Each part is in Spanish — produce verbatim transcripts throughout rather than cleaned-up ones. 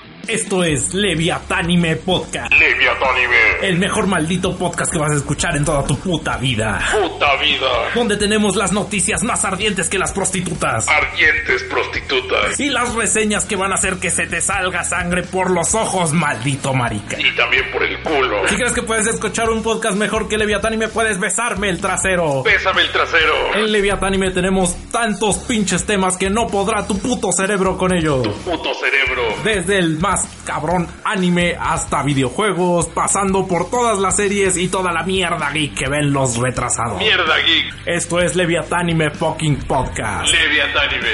Esto es Leviatánime Podcast. Leviatánime. El mejor maldito podcast que vas a escuchar en toda tu puta vida. Puta vida. Donde tenemos las noticias más ardientes que las prostitutas. Ardientes prostitutas. Y las reseñas que van a hacer que se te salga sangre por los ojos, maldito marica. Y también por el culo. Si crees que puedes escuchar un podcast mejor que Leviatánime, puedes besarme el trasero. Bésame el trasero. En Leviatánime tenemos tantos pinches temas que no podrá tu puto cerebro con ellos. Tu puto cerebro. Desde el más cabrón anime hasta videojuegos, pasando por todas las series y toda la mierda geek que ven los retrasados. Mierda geek. Esto es Leviatánime fucking podcast. Leviatánime.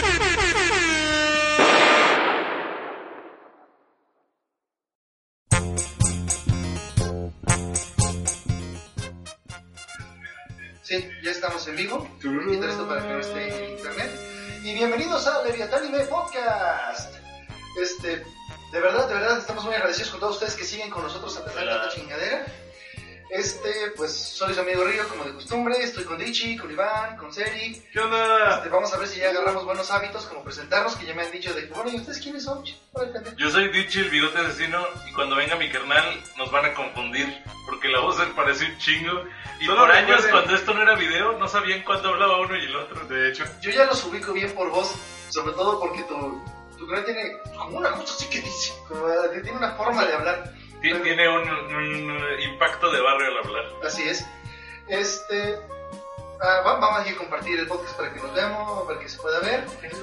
Sí, ya estamos en vivo. Quito esto para que no esté en internet. Y bienvenidos a Leviatánime Podcast. Este, de verdad, de verdad, estamos muy agradecidos con todos ustedes que siguen con nosotros a pesar de tanta chingadera. Este, pues, soy su amigo Río, como de costumbre. Estoy con Dichi, con Iván, con Seri. ¿Qué onda? Este, vamos a ver si ya agarramos buenos hábitos, como presentarnos, que ya me han dicho de, bueno, ¿y ustedes quiénes son? Yo soy Dichi, el bigote asesino, y cuando venga mi carnal nos van a confundir, porque la voz se parece un chingo. Y Solo por años, recuerden- cuando esto no era video, no sabían cuándo hablaba uno y el otro. De hecho, Yo ya los ubico bien por voz, sobre todo porque tu, tu canal tiene como una cosa así que dice, como, que tiene una forma de hablar. Tien- Tiene un, un impacto de barrio al hablar. Así es. Este. ah, va- vamos a ir a compartir el podcast para que nos veamos, para que se pueda ver.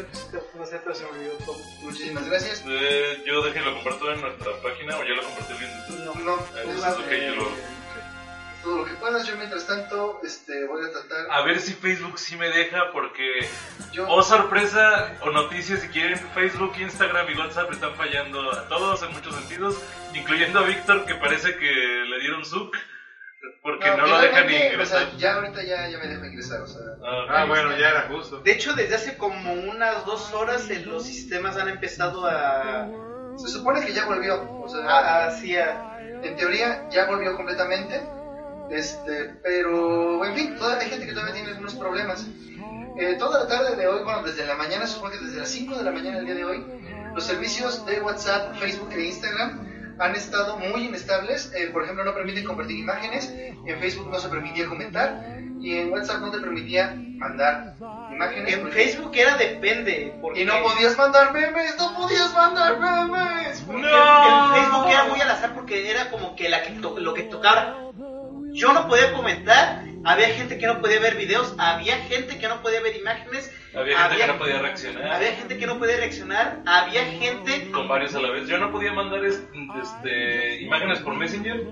Muchísimas gracias. Eh, yo dejé lo comparto en nuestra página, o ya lo compartí bien. No, no, Eh, es, es ok, yo lo- todo lo que puedas. Yo, mientras tanto, este, voy a tratar. A ver si Facebook sí me deja, porque, Yo, oh sorpresa, o noticias si quieren, Facebook, Instagram y WhatsApp están fallando a todos en muchos sentidos, incluyendo a Víctor, que parece que le dieron zuc, porque no, lo dejan ni finalmente, o sea, ingresar. ya ahorita ya, ya me deja ingresar, o sea. Ah, ah, ok. bueno, ya era justo. De hecho, desde hace como unas dos horas eh, los sistemas han empezado a... Se supone que ya volvió, o sea, a, así a- en teoría ya volvió completamente. Este, pero en fin, toda, hay gente que todavía tiene algunos problemas. Eh, toda la tarde de hoy, bueno, desde la mañana, se supone que desde las cinco de la mañana del día de hoy, los servicios de WhatsApp, Facebook e Instagram han estado muy inestables. Eh, por ejemplo, no permiten compartir imágenes, en Facebook no se permitía comentar y en WhatsApp no te permitía mandar imágenes. En porque- Facebook era depende. Porque Y no podías mandar memes, no podías mandar memes. porque ¡No! En Facebook era muy al azar porque era como que, la que to- lo que tocara. Yo no podía comentar, había gente que no podía ver videos, había gente que no podía ver imágenes, Había gente que no podía reaccionar. había gente que no podía reaccionar, había gente... Con varios a la vez. Yo no podía mandar es- este, imágenes por Messenger,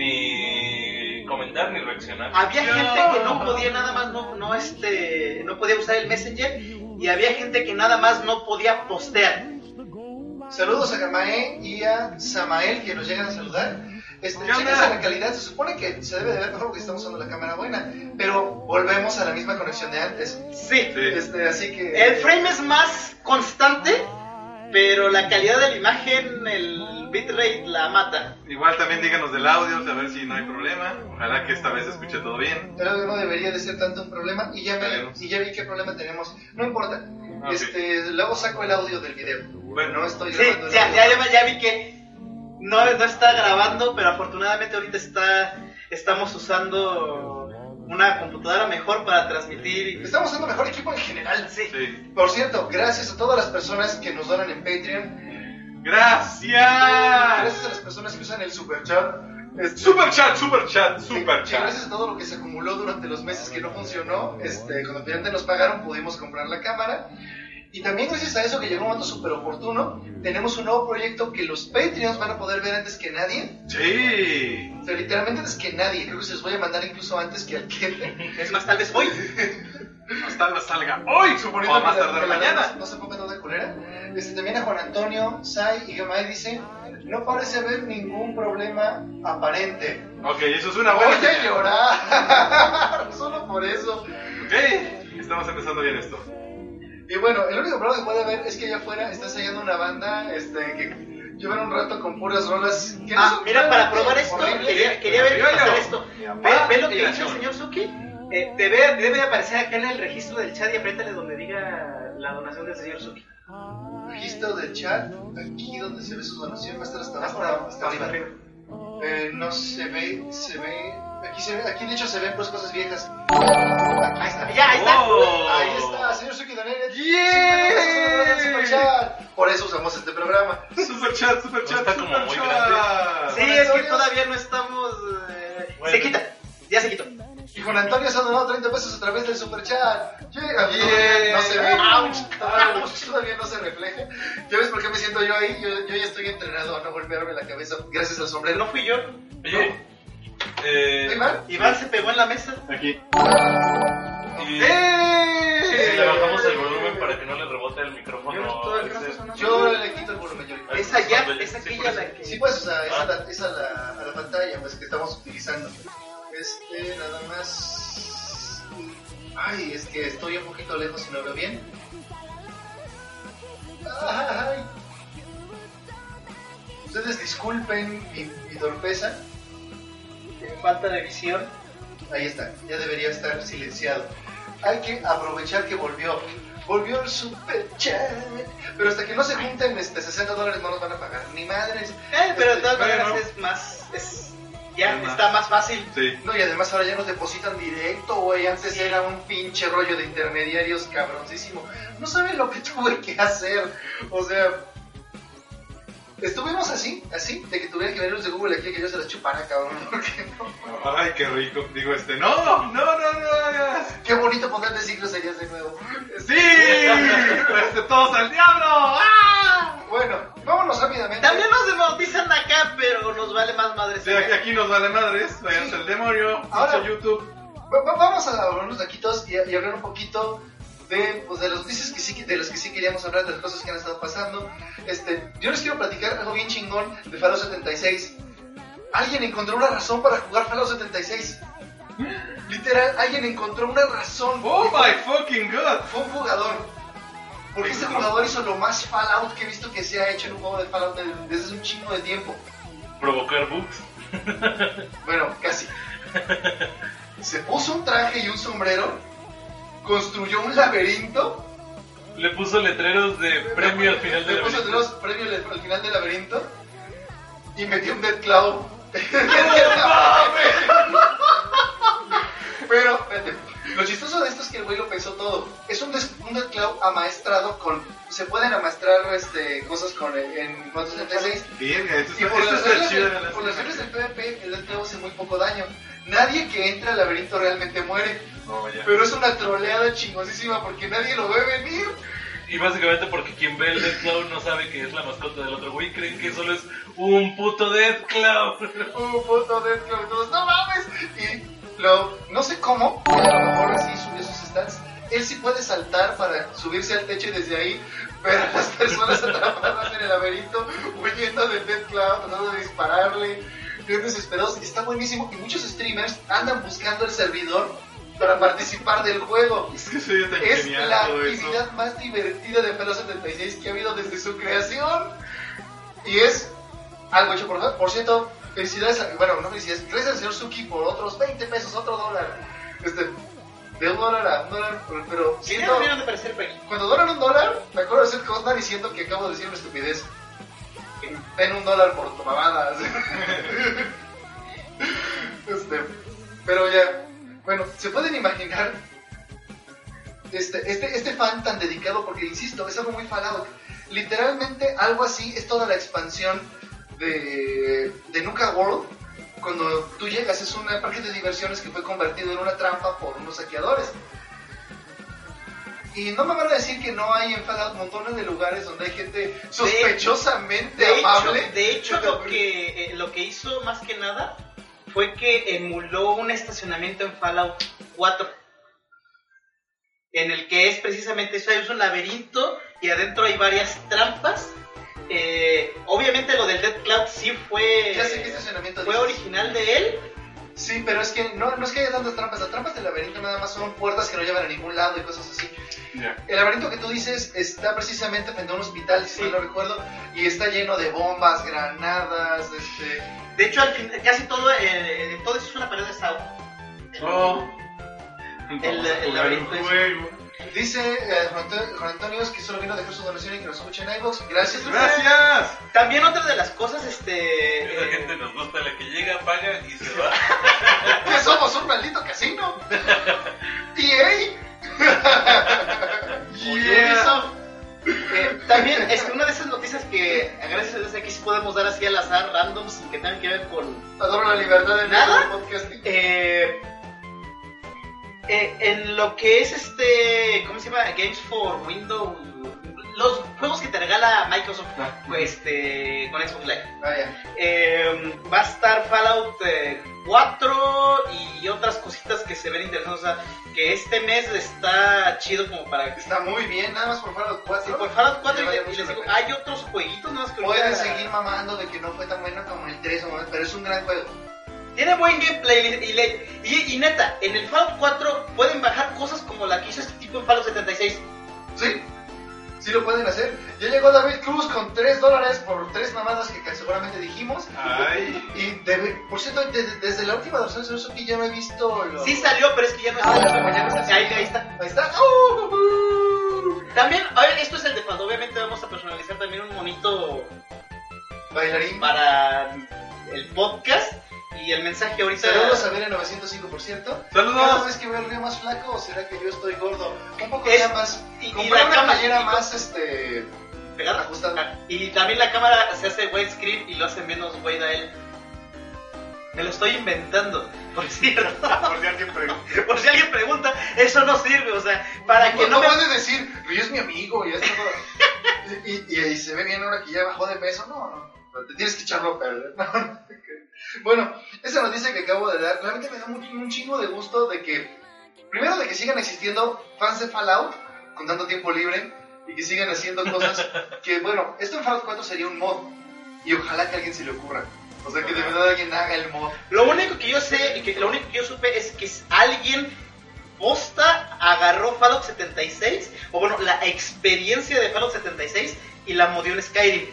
ni comentar, ni reaccionar. Había gente que no podía nada más, no, no, este, no podía usar el Messenger, y había gente que nada más no podía postear. Saludos a Gamae y a Samael que nos llegan a saludar. Este, ¿Qué onda? chéquense la calidad, se supone que se debe de ver mejor porque estamos usando la cámara buena, pero volvemos a la misma conexión de antes. Sí, Sí. Este, así que el frame es más constante, pero la calidad de la imagen, el bitrate la mata. Igual también díganos del audio, a ver si no hay problema. Ojalá que esta vez se escuche todo bien. el audio no debería de ser tanto un problema y ya, me, Esperemos. y ya vi qué problema tenemos. No importa. Ah, ok. Este, luego saco el audio del video. Bueno, No estoy Sí, grabando el ya, audio. ya, ya, ya vi que no, no está grabando, pero afortunadamente ahorita está, estamos usando una computadora mejor para transmitir. y- Estamos usando mejor equipo en general. Sí. sí. Por cierto, gracias a todas las personas que nos donan en Patreon. ¡Gracias! Gracias a las personas que usan el super chat. Este, Super chat, super chat, Sí, super sí, chat. gracias a todo lo que se acumuló durante los meses que no funcionó, este, cuando finalmente nos pagaron pudimos comprar la cámara. Y también gracias a eso que llegó un momento súper oportuno, tenemos un nuevo proyecto que los Patreons van a poder ver antes que nadie. Sí. O sea, literalmente antes que nadie. Creo que se los voy a mandar incluso antes que al cliente. Es más, tal vez hoy. Hasta la salga hoy, suponiendo O a más que la- tardar que la- mañana. No se ponga toda culera. Este, también a Juan Antonio, Sai y Gamay dice, no parece haber ningún problema aparente. Ok, eso es una buena Voy a señal. llorar. Solo por eso. Ok, estamos empezando bien esto. Y bueno, el único problema que puede haber es que allá afuera está ensayando una banda este, que llevan un rato con puras rolas. Que no Ah, son mira, para realmente probar esto, horribles. quería, quería ver Yo, pasar yo. esto. Mi Ve, papá ve lo y que la dice el chava. señor Suki. Eh, debe, debe de aparecer acá en el registro del chat y apriétale donde diga la donación del señor Suki. Registro del chat, aquí donde se ve su donación, va a estar hasta, hasta, hasta arriba. Eh, no se ve, se ve, aquí se ve, aquí de hecho se ven pues cosas viejas. Ahí está, Ya, ahí está. Oh. ahí está, señor Suki Daniel. ¡Yeah! Super chat. Por eso usamos este programa. Super chat, super chat, Está como super muy chat. grande. Sí, es que todavía no estamos... eh, Bueno. Se quita, ya se quitó. Y Juan Antonio se ha donado treinta pesos a través del super chat. Yeah. Yeah. No se ve. Ouch. Ouch. Todavía no se refleja. ¿Ya ves por qué me siento yo ahí? Yo, yo ya estoy entrenado a no golpearme la cabeza gracias al sombrero. No fui yo. Oye, eh, ¿Estoy mal? Iván se pegó en la mesa. Aquí. y ¡Eh! si le bajamos el volumen para que no le rebote el micrófono. Yo no estoy- ese- no estoy sonando. Yo le quito el volumen. Yo le- Esa ya, Sí, es por aquella eso. la que... Sí, pues, o sea, esa, Ah. la, esa la, a la pantalla pues, que estamos utilizando. Este, nada más. Ay, es que estoy un poquito lejos y no veo bien. Ay. Ustedes disculpen mi, mi torpeza. Falta de visión. Ahí está, ya debería estar silenciado. Hay que aprovechar que volvió. Volvió el super chat. Pero hasta que no se junten este, sesenta dólares no nos van a pagar. Ni madres. Eh, pero de todas Este, maneras bueno. es más... Es, ya Es más. está más fácil. Sí. No, y además ahora ya nos depositan directo, güey. Antes era un pinche rollo de intermediarios cabroncísimo. No saben lo que tuve que hacer. O sea, estuvimos así, así, de que tuvieran que venir los de Google aquí que yo se las chupara, cabrón. Porque no. Ay, qué rico. Digo, este, no, no, no, no hagas. Qué bonito ponerle siglos serías de nuevo. ¡Sí! Este, todos al diablo. ¡Ah! Bueno, vámonos rápidamente. También nos demonetizan acá, pero nos vale más madre. Sí, aquí, aquí nos vale madres. Váyanse Sí. al demonio. Ahora- Pinche YouTube. Va- va- Vamos a hablarnos de aquí todos y, y hablar un poquito de, pues, de las noticias que sí, de las que sí queríamos hablar, de las cosas que han estado pasando. Este, yo les quiero platicar algo bien chingón de Fallout setenta y seis. Alguien encontró una razón para jugar Fallout setenta y seis. Literal, alguien encontró una razón. Oh my fucking god. Fue un jugador. Porque este jugador hizo lo más Fallout que he visto que se ha hecho en un juego de Fallout de- desde hace un chingo de tiempo. Provocar bugs. Bueno, casi. Se puso un traje y un sombrero, construyó un laberinto. Le puso letreros de premio al final Le del puso laberinto. los premios al al final del laberinto y metió un Dead Cloud. Pero, espérate, lo chistoso de esto es que el güey lo pensó todo. Es un, des- un Dead Cloud amaestrado con... Se pueden amaestrar este, cosas con el- en Fallout setenta y seis. Bien, esto Y por esto las está reglas chido. del- por las reglas del PvP, el Dead Cloud hace muy poco daño. Nadie que entra al laberinto realmente muere. No, ya. Pero es una troleada chingosísima porque nadie lo ve venir. Y básicamente porque quien ve el Dead Cloud no sabe que es la mascota del otro güey, creen que solo es un puto Dead Cloud. Un puto Dead Cloud. Todos, no mames. Y lo, no sé cómo, a lo mejor así subió sus stats. Él sí puede saltar para subirse al techo y desde ahí ver a las personas atrapadas en el laberinto, huyendo del Dead Cloud, tratando de dispararle, bien desesperados. Está buenísimo y muchos streamers andan buscando el servidor para participar del juego. Es que soy tan Es genial la todo eso. actividad más divertida de Fallout setenta y seis que ha habido desde su creación. Y es algo hecho por... Por cierto, felicidades, a- bueno, no felicidades, gracias al señor Suki por otros veinte pesos, otro dólar. Este, de un dólar a un dólar, pero- pero Sí, ya siento... debieron de parecer por aquí. Cuando donan un dólar, me acuerdo de ser Cosnar y siento que acabo de decir una estupidez. Den un dólar por tu mamada. Este, pero ya, bueno, se pueden imaginar este, este, este fan tan dedicado, porque insisto, es algo muy Fallout. Literalmente algo así es toda la expansión de, de Nuka World. Cuando tú llegas es un parque de diversiones que fue convertido en una trampa por unos saqueadores. Y no me van a decir que no hay en Fallout montones de lugares donde hay gente sospechosamente De hecho, amable. de hecho lo que eh, lo que hizo más que nada fue que emuló un estacionamiento en Fallout cuatro, en el que es precisamente eso, es un laberinto y adentro hay varias trampas. Eh, obviamente lo del Dead Cloud sí fue Ya sé qué estacionamiento fue dices. original de él. Sí, pero es que no, no es que haya tantas trampas. Las trampas del laberinto nada más son puertas que no llevan a ningún lado y cosas así. Ya. El laberinto que tú dices está precisamente frente a un hospital, si Sí. mal no recuerdo, y está lleno de bombas, granadas, este... De hecho, al fin, casi todo, eh, todo eso es una pared de Sao. Oh. El- el Jugar un laberinto es- juego. Dice eh, Juan Antonio- Juan Antonio que solo vino a dejar su donación y que nos escucha en iVoox. Gracias. ¡Gracias! También otra de las cosas, este... Esa eh, gente nos gusta, la que llega, paga y se va. Que somos un maldito casino. E A. Yeah. Eh, también este, una de esas noticias que gracias a Dios aquí sí podemos dar así al azar, random, sin que tengan que ver con Adoro la libertad de ¿Nada? podcast. eh, eh, en lo que es este, ¿cómo se llama? Games for Windows, los juegos que te regala Microsoft este, con Xbox Live. Vaya. Eh, va a estar Fallout eh, cuatro y otras cositas que se ven interesantes. O sea, que este mes está chido como para que Está muy bien, nada más por Fallout cuatro. Sí, por Fallout cuatro y, vale le- y mucho les la digo, pena. hay otros jueguitos nada más que Pueden ahorita- seguir mamando de que no fue tan bueno como el tres, o- pero es un gran juego. Tiene buen gameplay y, le- y, y neta, en el Fallout cuatro pueden bajar cosas como la que hizo este tipo en Fallout setenta y seis. Sí, sí lo pueden hacer. Ya llegó David Cruz con tres dólares por tres mamadas que seguramente dijimos. Ay. Y debe- por cierto, de- de- desde la última versión de Suzuki ya no he visto los... Sí salió, pero es que ya no Ah, está. como ya no está. Ahí, ahí está. Ahí está. ¡Uh! uh, También, a ver, esto es el de Fallout. Obviamente vamos a personalizar también un monito Bailarín. para el podcast. Y el mensaje ahorita... Saludos a Vera novecientos cinco, por cierto. ¡Saludos! ¿Cada vez que veo el río más flaco o será que yo estoy gordo? Un poco Es- ya más... y- y Compré la una cama- playera y- más, este... pegada. ajustada. Y también la cámara se hace widescreen y lo hace menos wide a él. Me lo estoy inventando, por cierto. Por si alguien pregunta. Por si alguien pregunta, eso no sirve, o sea, para que no, no me... puedes decir, Río es mi amigo y esto todo. y, y, y ahí se ve bien ahora que ya bajó de peso. No, no, te tienes que echarlo a perder. No, no. Bueno, esa noticia que acabo de dar, realmente me da un, un chingo de gusto de que, primero de que sigan existiendo fans de Fallout con tanto tiempo libre y que sigan haciendo cosas que, bueno, esto en Fallout cuatro sería un mod y ojalá que a alguien se le ocurra. O sea, que de verdad alguien haga el mod. Lo único que yo sé, y que lo único que yo supe es que alguien posta agarró Fallout setenta y seis, o bueno, la experiencia de Fallout setenta y seis y la modió en Skyrim.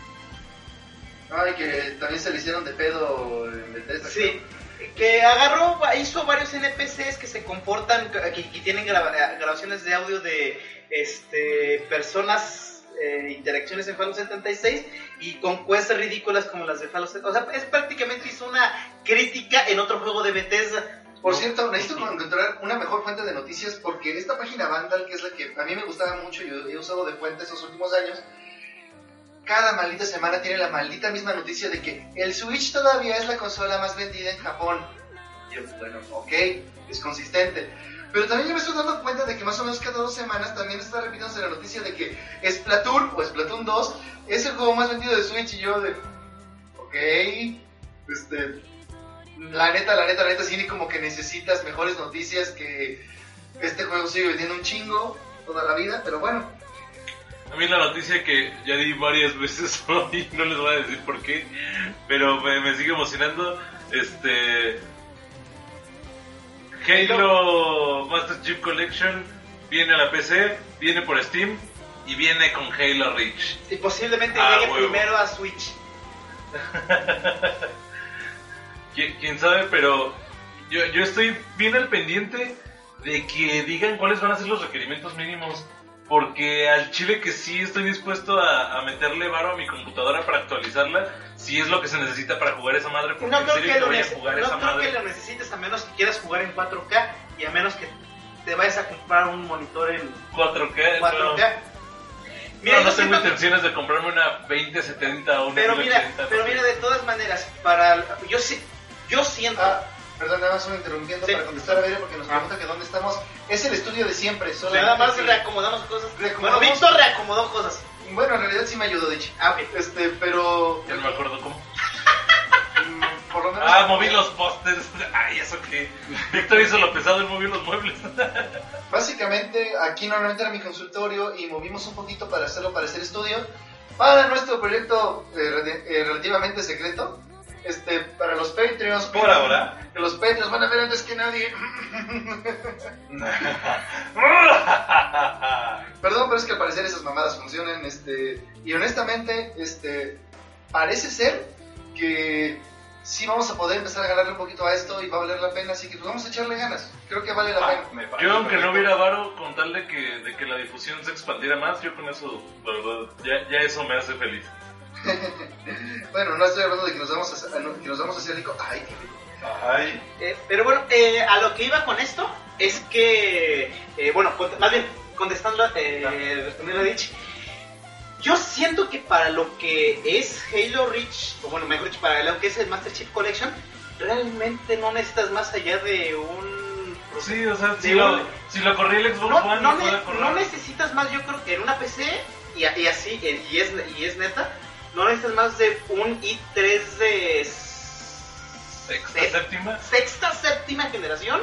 Ay, que también se le hicieron de pedo en Bethesda. Sí, que agarró, hizo varios N P Cs que se comportan, que, que tienen graba- grabaciones de audio de este personas, eh, interacciones en Fallout setenta y seis y con quests ridículas como las de Fallout setenta y seis. O sea, es prácticamente hizo una crítica en otro juego de Bethesda. Por cierto, necesito encontrar una mejor fuente de noticias porque esta página Vandal, que es la que a mí me gustaba mucho y he usado de fuente estos últimos años, cada maldita semana tiene la maldita misma noticia de que el Switch todavía es la consola más vendida en Japón. Y yo, bueno, ok, es consistente. Pero también yo me estoy dando cuenta de que más o menos cada dos semanas también está repitiéndose la noticia de que Splatoon o Splatoon dos es el juego más vendido de Switch y yo de... Ok, este... La neta, la neta, la neta, sí, como que necesitas mejores noticias que este juego sigue vendiendo un chingo toda la vida, pero bueno. A mí la noticia que ya di varias veces hoy, no les voy a decir por qué, pero me, me sigue emocionando, este... Halo Master Chief Collection viene a la P C, viene por Steam y viene con Halo Reach. Y posiblemente Ah, llegue huevo. primero a Switch. ¿Qui- ¿Quién sabe? Pero yo, yo estoy bien al pendiente de que digan cuáles van a ser los requerimientos mínimos. Porque al chile que sí estoy dispuesto a, a meterle varo a mi computadora para actualizarla, si es lo que se necesita para jugar esa madre, porque No en creo, serio que que lo, voy a nece- jugar no esa creo madre. que lo necesites a menos que quieras jugar en cuatro K y a menos que te vayas a comprar un monitor en cuatro K, cuatro K. no, Mira, no, no yo tengo siento que- intenciones de comprarme una veinte setenta o una pero mil mira, ochenta. pero no sé. mira, de todas maneras, para yo sí, yo siento. Ah, perdón, nada más estoy interrumpiendo Sí. para contestar a Bere porque nos Ah. pregunta que dónde estamos. Es el estudio de siempre, solo Nada más reacomodamos cosas. Reacomodamos. Bueno, Víctor reacomodó cosas. Bueno, en realidad sí me ayudó, Dichi. Ah, ok. Este, pero... Ya no me acuerdo cómo. mm, por lo menos... Ah, moví los pósters. Ay, eso que. Víctor hizo lo pesado, él movió los muebles. Básicamente, aquí normalmente era mi consultorio y movimos un poquito para hacerlo parecer estudio para nuestro proyecto eh, re- eh, relativamente secreto. Este, para los Patreons. Por ahora. Que los Patreons van a ver antes que nadie. Perdón, pero es que al parecer esas mamadas funcionan, este, y honestamente, este, parece ser que sí vamos a poder empezar a ganarle un poquito a esto y va a valer la pena, así que pues vamos a echarle ganas. Creo que vale la Ah, pena. me parece Yo, aunque perfecto. no hubiera varo, con tal de que, de que la difusión se expandiera más, yo con eso, la verdad, ya, ya eso me hace feliz. Bueno, no estoy hablando de que nos vamos a, a- que nos vamos a hacer rico. Ay, Ay, Eh, pero bueno, eh, a lo que iba con esto es que, eh, bueno, cont- más bien, contestando, eh, respondiendo a Ditch, yo siento que para lo que es Halo Reach, o bueno, mejor dicho, para lo que es el Master Chief Collection, realmente no necesitas más allá de un... Sí, o sea, si de lo, un- si lo corría el Xbox No, One, no, lo puede ne- correr. no necesitas más, yo creo que en una P C, y, y así, eh, y es, y es neta, no necesitas más de un i tres de Sexta, se- séptima. sexta, séptima generación.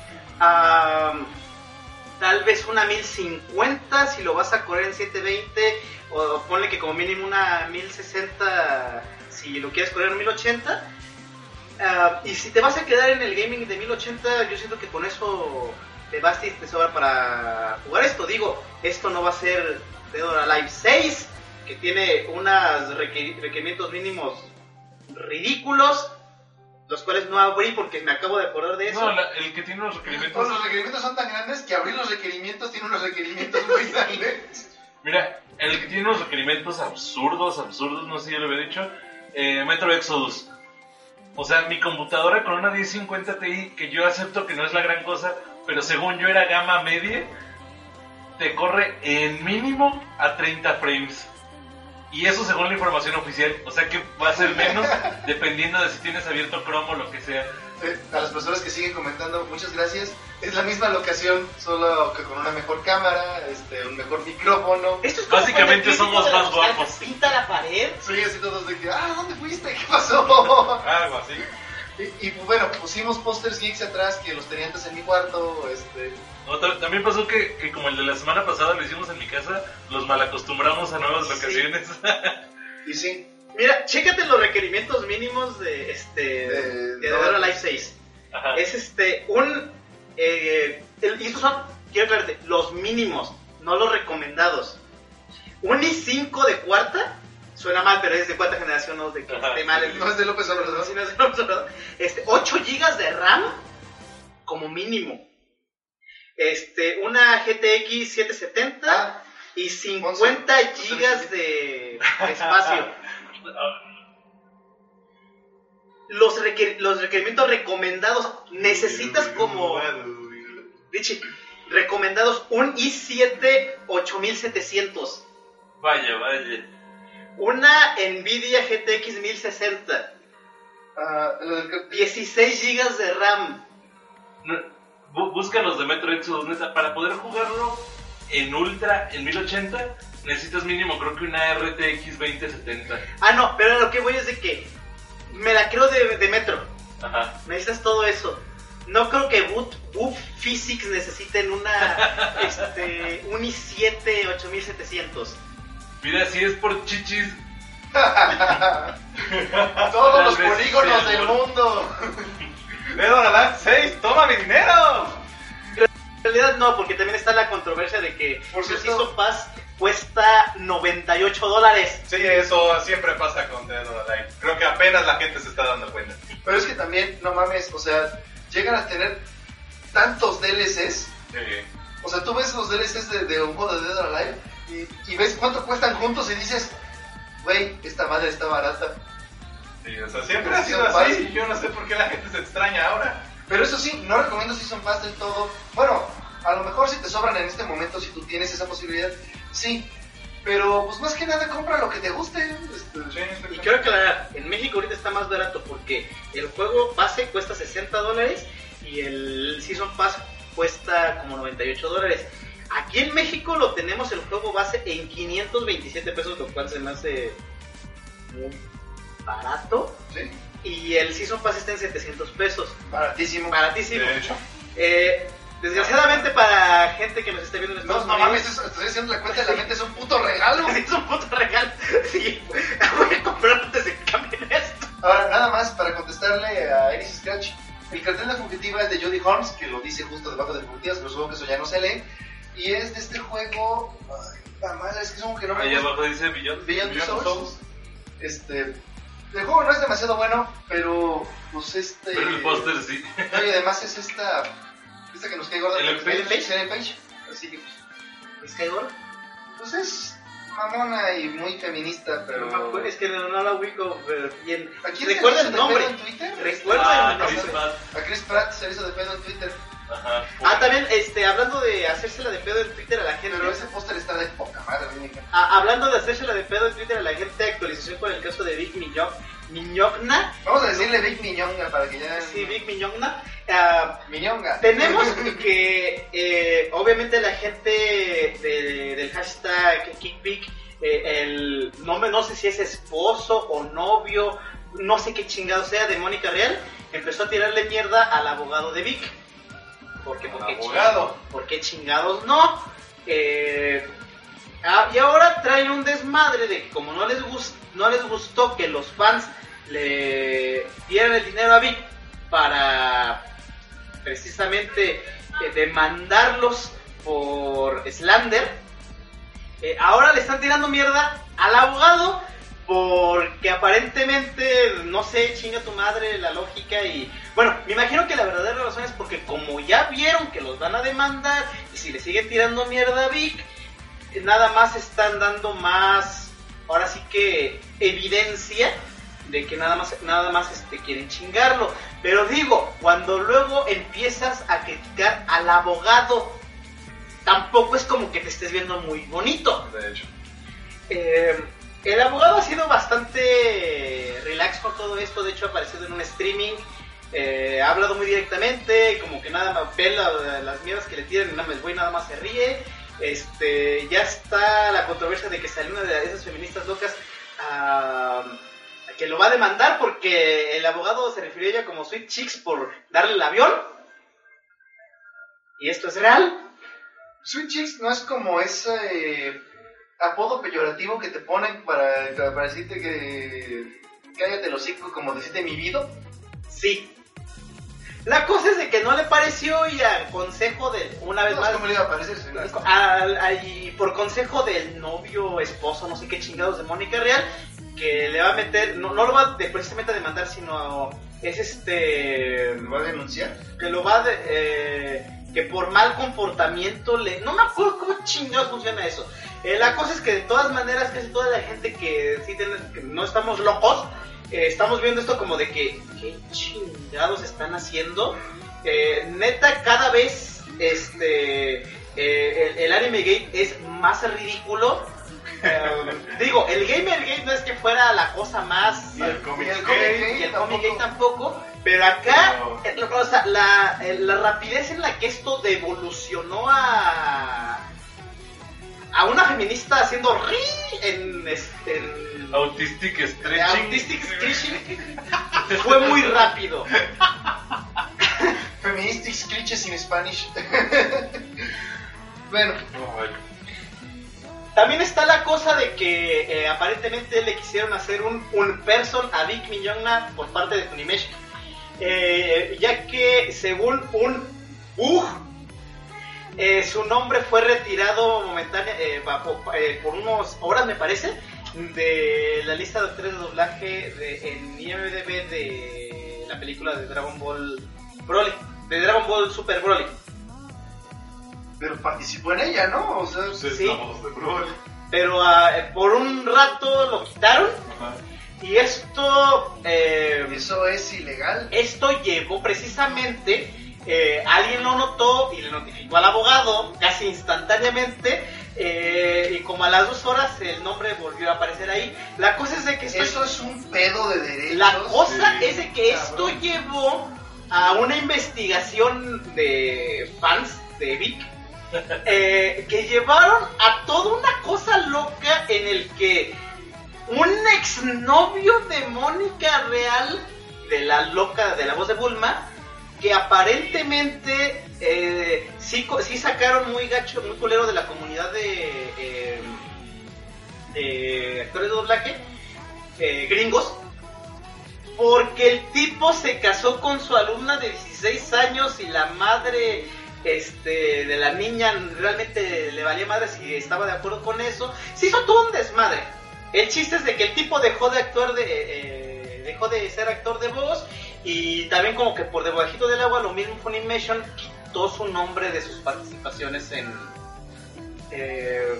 Am, tal vez una mil cincuenta si lo vas a correr en setecientos veinte, o ponle que como mínimo una mil sesenta si lo quieres correr en mil ochenta. Ah, y si te vas a quedar en el gaming de mil ochenta, yo siento que con eso te basta y te sobra para jugar esto. Digo, esto no va a ser Dead or Alive seis, que tiene unos requerimientos mínimos ridículos, los cuales no abrí porque me acabo de acordar de eso. No, la- el que tiene los requerimientos... los requerimientos son tan grandes que abrir los requerimientos tiene unos requerimientos muy grandes. Mira, el que tiene unos requerimientos absurdos, absurdos, no sé si ya lo había dicho, eh, Metro Exodus. O sea, mi computadora con una diez cincuenta Ti, que yo acepto que no es la gran cosa, pero según yo era gama media, te corre en mínimo a treinta frames. Y eso según la información oficial, o sea que va a ser menos dependiendo de si tienes abierto Chrome o lo que sea. Eh, A las personas que siguen comentando, muchas gracias. Es la misma locación, solo que con una mejor cámara, este, un mejor micrófono. Esto es como Básicamente cuando el somos crítico de la más nostalgia guapos. pinta la pared. Soy así todos de que, ah, ¿dónde fuiste? ¿Qué pasó? algo así. Y, y, bueno, pusimos pósters geeks atrás que los tenía antes en mi cuarto, este... No, ta- también pasó que, que como el de la semana pasada lo hicimos en mi casa, los malacostumbramos a nuevas Sí. locaciones. Y sí, Mira, chécate los requerimientos mínimos de este De- de Dead no. or Alive seis. Ajá. Es este un eh, el- y estos son, quiero aclararte, los mínimos, no los recomendados. Un i cinco de cuarta suena mal, pero es de cuarta generación, no de que Ajá. esté mal. El, no es de López Obrador. sí, no es de López Obrador. Este, ocho gigas de RAM como mínimo. Este, una G T X setecientos setenta Ah, y cincuenta gigas de espacio. Los, requer- los requerimientos recomendados necesitas como Richie, recomendados un i siete ocho mil setecientos, Vaya, vaya. una Nvidia G T X mil sesenta, ah, lo del- dieciséis gigas de RAM. No, bu- busca los de Metro Exodus, neta, para poder jugarlo en Ultra, en mil ochenta, necesitas mínimo creo que una R T X veinte setenta. Ah, no, pero lo que voy es de que me la creo de, de Metro. Ajá. Necesitas todo eso. No creo que Boot, Boot Physics necesiten una este, un i siete ocho mil setecientos. Mira, si es por chichis, Todos los Tal vez polígonos sea, del ¿no? mundo. Dead or Alive seis, toma mi dinero. En realidad no, porque también está la controversia de que Por el cierto- Season Pass cuesta noventa y ocho dólares. Sí, eso siempre pasa con Dead or Alive. Creo que apenas la gente se está dando cuenta. Pero es que también, no mames, o sea, llegan a tener tantos D L Cs. Sí. O sea, tú ves los D L Cs de, de un juego de Dead or Alive y, y ves cuánto cuestan juntos y dices, güey, esta madre está barata. Sí, o sea, siempre ha sido así. Yo no sé por qué la gente se extraña ahora. Pero eso sí, no recomiendo Season Pass del todo. Bueno, a lo mejor si te sobran en este momento, si tú tienes esa posibilidad, sí. Pero pues más que nada compra lo que te guste. Este, Sí, sí, Y sí. quiero aclarar, en México ahorita está más barato porque el juego base cuesta sesenta dólares y el Season Pass cuesta como noventa y ocho dólares. Aquí en México lo tenemos el juego base en quinientos veintisiete pesos, lo cual se me hace muy barato. sí, Y el Season Pass está en setecientos pesos. baratísimo. Baratísimo. De hecho. Eh, desgraciadamente para gente que nos esté viendo en No, Estados no Unidos... mames, eso- estoy haciendo la cuenta de la mente, es un puto regalo. Es un puto regalo. Sí, voy a comprar antes de que cambien esto. Ahora, nada más para contestarle a Iris Scratch. El cartel de fugitiva es de Jodie Holmes, que lo dice justo debajo de fugitivas, pero supongo que eso ya no se lee. Y es de este juego. Ay, la madre, es que es como que no me ahí gusta. abajo dice Beyond. Beyond Two Beyond Souls. Souls. Este. El juego no es demasiado bueno, pero pues este... Pero el póster sí. No, y además es esta... Esta que nos cae gorda. ¿El porque Page? es Ellen Page. Así que pues... ¿Es Skyward? Pues es mamona y muy feminista, pero... No me acuerdo, es que no, no la ubico pero bien. ¿A quién Recuerda se el le hizo de nombre. pedo en Twitter? Recuerda Ah, el nombre. Chris Pratt. A Chris Pratt se le hizo de pedo en Twitter. Ajá. Ah, también, este, hablando de hacérsela de pedo en Twitter a la gente. Pero ese póster está de poca madre, mija. Ah, hablando de hacérsela de pedo en Twitter a la gente, actualización con el caso de Vic Miño- Miñogna. Vamos a decirle Big Miñonga para que ya... Sí, Vic Miñogna. Ah, Miñonga. tenemos que, eh, obviamente, la gente de- del hashtag KickVic, eh, el nombre, no sé si es esposo o novio, no sé qué chingado sea, de Mónica Real, empezó a tirarle mierda al abogado de Vic. Porque, ¿por qué Abogado. chingados? ¿Por qué chingados no? Eh, ah, y ahora traen un desmadre de que como no les, gust, no les gustó que los fans le dieran el dinero a Vic para precisamente eh, demandarlos por slander, eh, ahora le están tirando mierda al abogado porque aparentemente, no sé, chinga tu madre la lógica y... Bueno, me imagino que la verdadera razón es porque como ya vieron que los van a demandar y si le siguen tirando mierda a Vic, eh, nada más están dando más, ahora sí que evidencia de que nada más, nada más este, quieren chingarlo. Pero digo, cuando luego empiezas a criticar al abogado, tampoco es como que te estés viendo muy bonito. De hecho. Eh, el abogado ha sido bastante relax con todo esto, de hecho ha aparecido en un streaming, eh, ha hablado muy directamente, como que nada más ve la, las mierdas que le tiran y nada más el güey nada más se ríe. Este, ya está la controversia de que salió una de esas feministas locas a... que lo va a demandar porque el abogado se refirió a ella como Sweet Chicks por darle el avión. ¿Y esto es real? Sweet Chicks no es como ese eh, apodo peyorativo que te ponen para, para decirte que cállate el hocico, como decirte mi vida. Sí. La cosa es de que no le pareció y al consejo de, una vez No, más, ¿cómo le iba a parecer? señor? al- al- y por consejo del novio, esposo, no sé qué chingados de Mónica Real, que le va a meter, no, no lo va de, precisamente a demandar, sino es este... ¿Me va a denunciar? que lo va de, eh, que por mal comportamiento le... No me acuerdo cómo chingados funciona eso. Eh, la cosa es que de todas maneras casi toda la gente que, sí tiene- que no estamos locos, eh, estamos viendo esto como de que ¿qué chingados están haciendo? Eh, neta, cada vez este eh, el, el anime gay es más ridículo. Eh, digo, el gamer gay no es que fuera la cosa más... Y el cómic Y el gay. cómic y el cómic gay tampoco. tampoco, pero acá, Pero- eh, o sea, la, eh, la rapidez en la que esto devolucionó a a una feminista haciendo ri en, este, en Autistic Stretching. Autistic Stretching fue muy rápido. Feministics cliches in Spanish. Bueno, No, vaya. También está la cosa de que eh, aparentemente le quisieron hacer un, un person a Vic Miñona por parte de Funimation. Eh, ya que según un bug, eh, su nombre fue retirado momentánea, eh, pa- pa- eh, por unas horas me parece, de la lista de actores de doblaje de, en I M D B de la película de Dragon Ball Broly, de Dragon Ball Super Broly. pero participó en ella, ¿no? O sea, Pues es Sí. la voz de Broly. Pero ah, por un rato lo quitaron. Ajá. Y esto eh, eso es ilegal. esto llevó precisamente, eh, alguien lo notó y le notificó al abogado casi instantáneamente, eh, y como a las dos horas el nombre volvió a aparecer ahí. La cosa es de que esto, Eso es un pedo de derechos. la cosa sí, es de que esto cabrón. llevó a una investigación de fans de Vic, eh, que llevaron a toda una cosa loca en el que un exnovio de Mónica Real, de la loca, de la voz de Bulma, que aparentemente eh, sí, co- sí sacaron muy gacho, muy culero de la comunidad de, eh, de actores de doblaje, eh, gringos, porque el tipo se casó con su alumna de dieciséis años y la madre este de la niña realmente le valía madre si estaba de acuerdo con eso. Se hizo todo un desmadre. El chiste es de que el tipo dejó de actuar de, eh, dejó de ser actor de voz, y también como que por debajito del agua, lo mismo Funimation quitó su nombre de sus participaciones en, eh,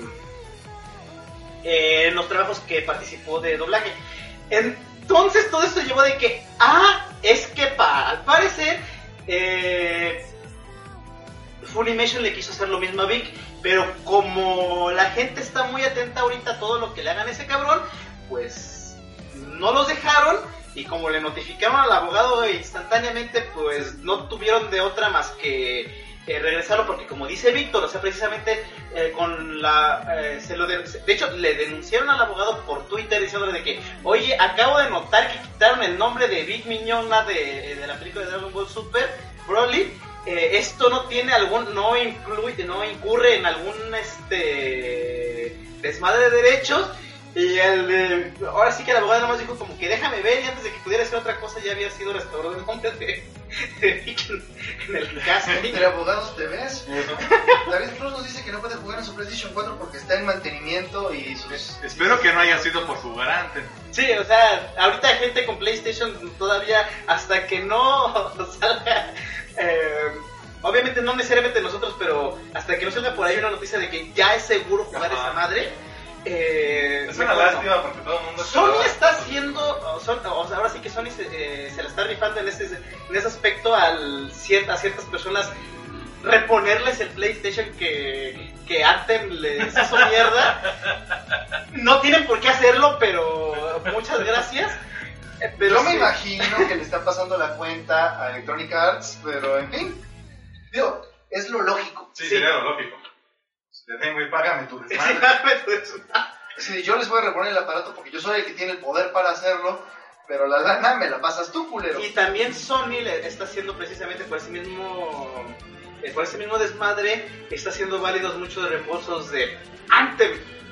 en los trabajos que participó de doblaje. Entonces todo esto llevó de que, ah, es que pa, al parecer eh, Funimation le quiso hacer lo mismo a Vic, pero como la gente está muy atenta ahorita a todo lo que le hagan a ese cabrón, pues no los dejaron, y como le notificaron al abogado instantáneamente, pues no tuvieron de otra más que eh, regresarlo, porque como dice Víctor, o sea, precisamente eh, con la... Eh, se lo de, de hecho, le denunciaron al abogado por Twitter diciéndole de que, oye, acabo de notar que quitaron el nombre de Big Miñona de, de la película de Dragon Ball Super Broly. Eh, esto no tiene algún, no incluye, no incurre en algún este desmadre de derechos. Y el, eh, ahora sí que el abogado nomás dijo como que déjame ver, y antes de que pudiera hacer otra cosa ya había sido restaurado el nombre de, de Vic en, en el caso. Entre abogados te ves. David Cruz nos dice que no puede jugar en su PlayStation cuatro porque está en mantenimiento y sus... Espero que no haya sido por jugar antes. Sí, o sea, ahorita hay gente con PlayStation todavía hasta que no salga... Eh, obviamente no necesariamente nosotros, pero hasta que no salga por ahí una noticia de que ya es seguro jugar Ajá. esa madre. Eh, Es una bueno, lástima porque todo el mundo Sony esperaba. está haciendo, son, o sea, ahora sí que Sony se, eh, se la está rifando en ese, en ese aspecto al, cier, a ciertas personas, reponerles el PlayStation que, que Anthem les hizo mierda. No tienen por qué hacerlo, pero muchas gracias. Pero Yo me sí. imagino que le está pasando la cuenta a Electronic Arts, pero en fin, digo, es lo lógico. Sí, Sí. sería lo lógico. Te tengo y págame tu Sí, desmadre. Sí, yo les voy a reponer el aparato porque yo soy el que tiene el poder para hacerlo, pero la lana me la pasas tú, culero. Y también Sony le está haciendo precisamente por ese mismo eh, por ese mismo desmadre, está haciendo válidos muchos reembolsos de Anthem.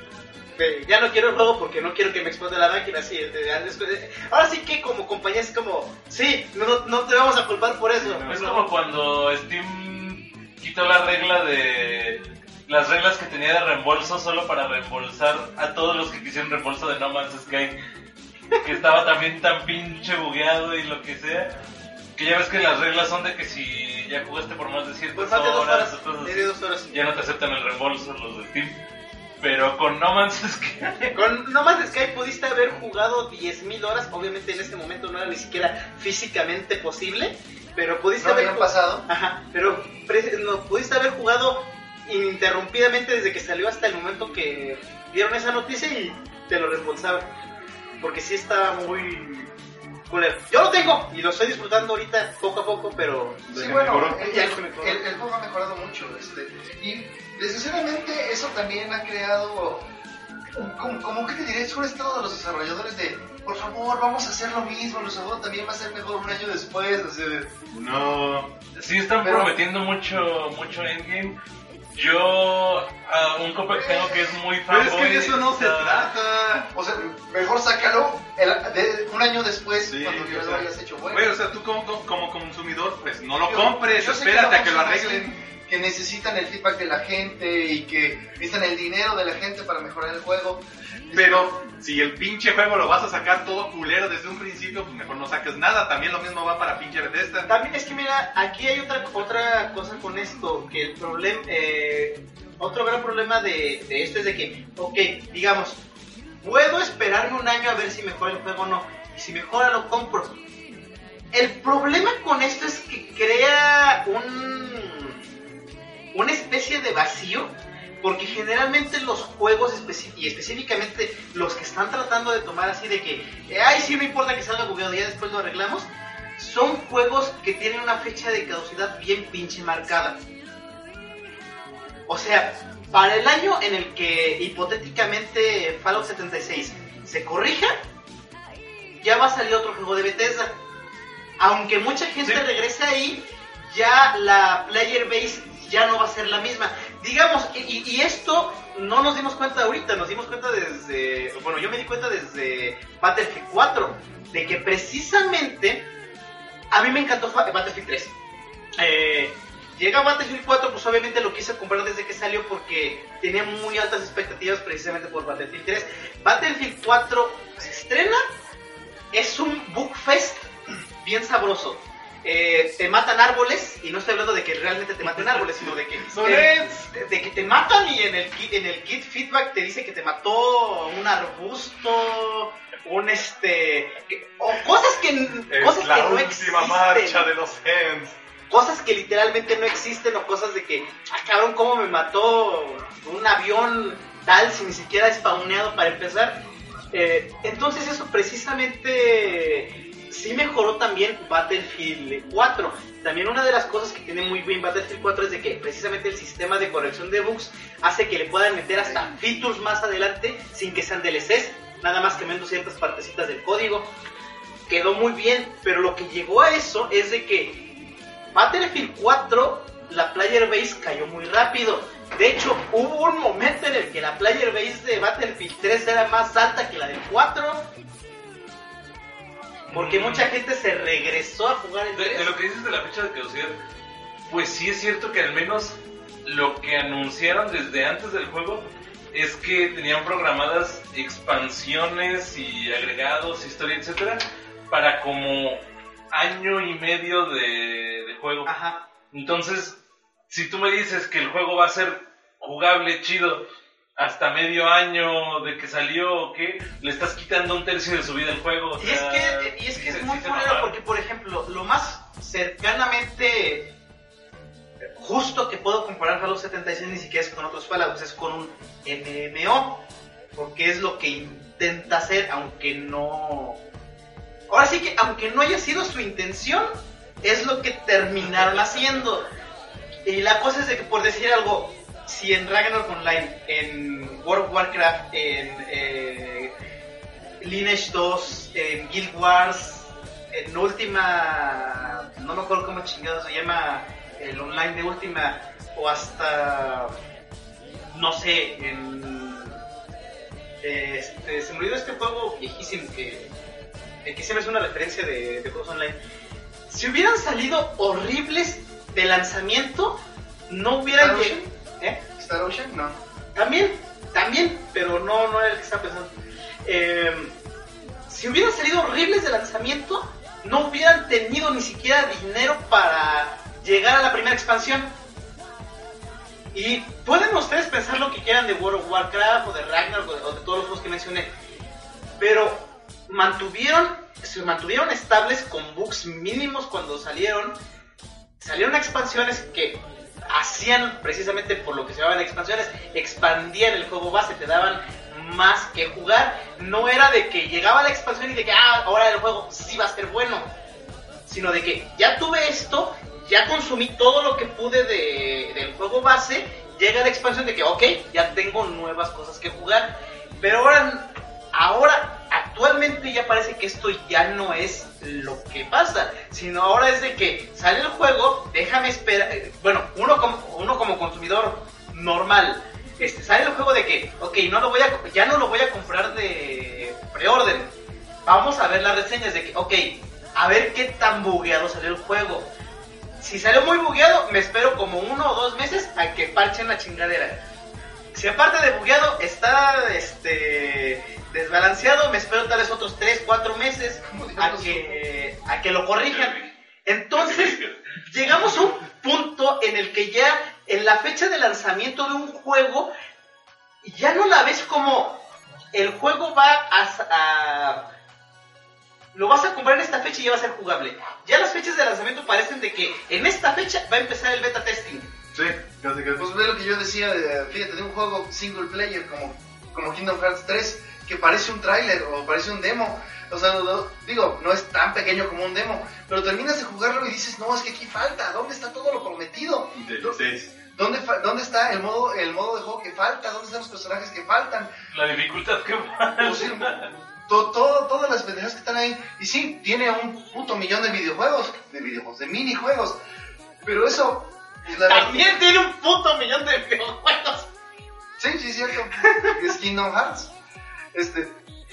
De, ya no quiero el juego porque no quiero que me explote la máquina. Así, de, de, de, ahora sí que como compañía es como, sí, no, no te vamos a culpar por eso. Es No. como cuando Steam quitó la regla de... Las reglas que tenía de reembolso solo para reembolsar a todos los que quisieron reembolso de No Man's Sky. Que estaba también tan pinche bugueado y lo que sea. Que ya ves que las reglas son de que si ya jugaste por más de ciertas Por más de dos horas, horas, o cosas de así, dos horas. ya no te aceptan el reembolso los de Steam. Pero con No Man's Sky... Con No Man's Sky pudiste haber jugado diez mil horas, obviamente en ese momento no era ni siquiera físicamente posible, pero pudiste ¿No haber habían ju- pasado? Ajá, pero pre- no, pudiste haber jugado ininterrumpidamente desde que salió hasta el momento que dieron esa noticia y te lo reembolsaban. Porque sí estaba muy culero. Yo lo tengo y lo estoy disfrutando ahorita poco a poco, pero... Sí, que bueno, mejoró. el, Ya el- que mejoró. el- el juego ha mejorado mucho. Este, y desgraciadamente eso también ha creado, como, como que te diré, es un estado de los desarrolladores de, por favor, vamos a hacer lo mismo, los juegos también va a ser mejor un año después. O sea, No. Sí están Pero- prometiendo mucho mucho endgame. Yo, a un compa que tengo que es muy Pero fan. es que de eso no se trata. o sea, mejor sácalo el- de- un año después Sí, cuando ya o lo sea, hayas hecho bueno. Güey, o sea, tú como, como, como consumidor, pues no lo Yo- compres, yo sé espérate no a que lo funciona así, arreglen. que necesitan el feedback de la gente y que necesitan el dinero de la gente para mejorar el juego. Pero si el pinche juego lo vas a sacar todo culero desde un principio, pues mejor no saques nada. También lo mismo va para pinche Bethesda. También es que mira, aquí hay otra otra cosa con esto, que el problema, eh, otro gran problema de, de esto es de que, ok, digamos, puedo esperarme un año a ver si mejora el juego o no, y si mejora lo compro. El problema con esto es que crea un una especie de vacío, porque generalmente los juegos especi- y específicamente los que están tratando de tomar así de que, eh, ay, sí, no importa que salga bugueado, ya después lo arreglamos, son juegos que tienen una fecha de caducidad bien pinche marcada. O sea, para el año en el que hipotéticamente Fallout setenta y seis se corrija, ya va a salir otro juego de Bethesda. Aunque mucha gente Sí. regrese ahí, ya la player base ya no va a ser la misma. Digamos, y, y esto no nos dimos cuenta ahorita, nos dimos cuenta desde... Bueno, yo me di cuenta desde Battlefield cuatro, de que precisamente a mí me encantó Fa- Battlefield tres. Eh, llega Battlefield cuatro, pues obviamente lo quise comprar desde que salió porque tenía muy altas expectativas precisamente por Battlefield tres. Battlefield cuatro se estrena es un bugfest bien sabroso. Eh, te matan árboles, y no estoy hablando de que realmente te maten árboles, sino de que te, de, de que te matan y en el kit, en el kit feedback te dice que te mató un arbusto, un este, que, o cosas que, Es cosas la que no última existen. marcha de los Hens. Cosas que literalmente no existen, o cosas de que, ah, cabrón, cómo me mató un avión tal si ni siquiera es spawneado para empezar. Eh, entonces eso precisamente sí mejoró también Battlefield cuatro. También una de las cosas que tiene muy bien Battlefield cuatro es de que precisamente el sistema de corrección de bugs hace que le puedan meter hasta features más adelante sin que sean D L Cs, nada más cambiando ciertas partecitas del código. Quedó muy bien, pero lo que llegó a eso es de que Battlefield cuatro, la player base cayó muy rápido. De hecho, hubo un momento en el que la player base de Battlefield tres era más alta que la del cuatro, porque mm. mucha gente se regresó a jugar el de, tres. de lo que dices de la fecha de caducidad, pues sí es cierto que al menos lo que anunciaron desde antes del juego es que tenían programadas expansiones y agregados, historia, etcétera, para como año y medio de, de juego. Ajá. Entonces, si tú me dices que el juego va a ser jugable, chido, hasta medio año de que salió, ¿o qué? Le estás quitando un tercio de su vida al juego. O y, es sea, que, y es que sí, es muy sí, culero porque, por ejemplo, lo más cercanamente justo que puedo comparar Fallout setenta y seis ni siquiera es con otros Fallouts, es con un M M O, porque es lo que intenta hacer, aunque no... Ahora sí que, aunque no haya sido su intención, es lo que terminaron haciendo. Y la cosa es de que, por decir algo, si en Ragnarok Online, en World of Warcraft, en eh, Lineage dos, en Guild Wars, en Ultima, no me acuerdo cómo chingado se llama el online de Ultima, o hasta, no sé, en... Este, se me olvidó este juego viejísimo que, que siempre es una referencia de, de juegos online. Si hubieran salido horribles de lanzamiento, no hubieran llegado. ¿Eh? ¿Star Ocean? No. También, también, pero no, no era el que estaba pensando. Eh, si hubieran salido horribles de lanzamiento, no hubieran tenido ni siquiera dinero para llegar a la primera expansión. Y pueden ustedes pensar lo que quieran de World of Warcraft o de Ragnarok o de, o de todos los juegos que mencioné, pero mantuvieron, se mantuvieron estables con bugs mínimos cuando salieron. Salieron expansiones que hacían precisamente por lo que se llamaban expansiones, expandían el juego base, te daban más que jugar. No era de que llegaba la expansión y de que ah, ahora el juego sí va a ser bueno, sino de que ya tuve esto, ya consumí todo lo que pude de, del juego base, llega la expansión de que ok, ya tengo nuevas cosas que jugar. Pero ahora, ahora actualmente ya parece que esto ya no es lo que pasa, sino ahora es de que sale el juego, déjame esperar, bueno, uno como, uno como consumidor normal, este, sale el juego de que, ok, no lo voy a, ya no lo voy a comprar de preorden, vamos a ver las reseñas de que, ok, a ver qué tan bugueado salió el juego. Si salió muy bugueado, me espero como uno o dos meses a que parchen la chingadera. Si aparte de bugueado está este desbalanceado, me espero tal vez otros tres, cuatro meses a que, a que lo corrijan. Entonces, llegamos a un punto en el que ya en la fecha de lanzamiento de un juego, ya no la ves como el juego va a... a lo vas a comprar en esta fecha y ya va a ser jugable. Ya las fechas de lanzamiento parecen de que en esta fecha va a empezar el beta testing. Sí, casi casi. Pues ve lo que yo decía, de, fíjate, de un juego single player como, como Kingdom Hearts tres, que parece un tráiler o parece un demo. O sea, no, digo, no es tan pequeño como un demo, pero terminas de jugarlo y dices, no, es que aquí falta, ¿dónde está todo lo prometido? Sí. ¿Dónde, ¿Dónde está el modo, el modo de juego que falta? ¿Dónde están los personajes que faltan? La dificultad que falta. O sea, todo, todo, todas las pendejadas que están ahí. Y sí, tiene un puto millón de videojuegos, de videojuegos, de minijuegos, pero eso... Pues la También verdad, tiene un puto millón de videojuegos. sí, sí, es cierto. Es Kingdom Hearts. Este,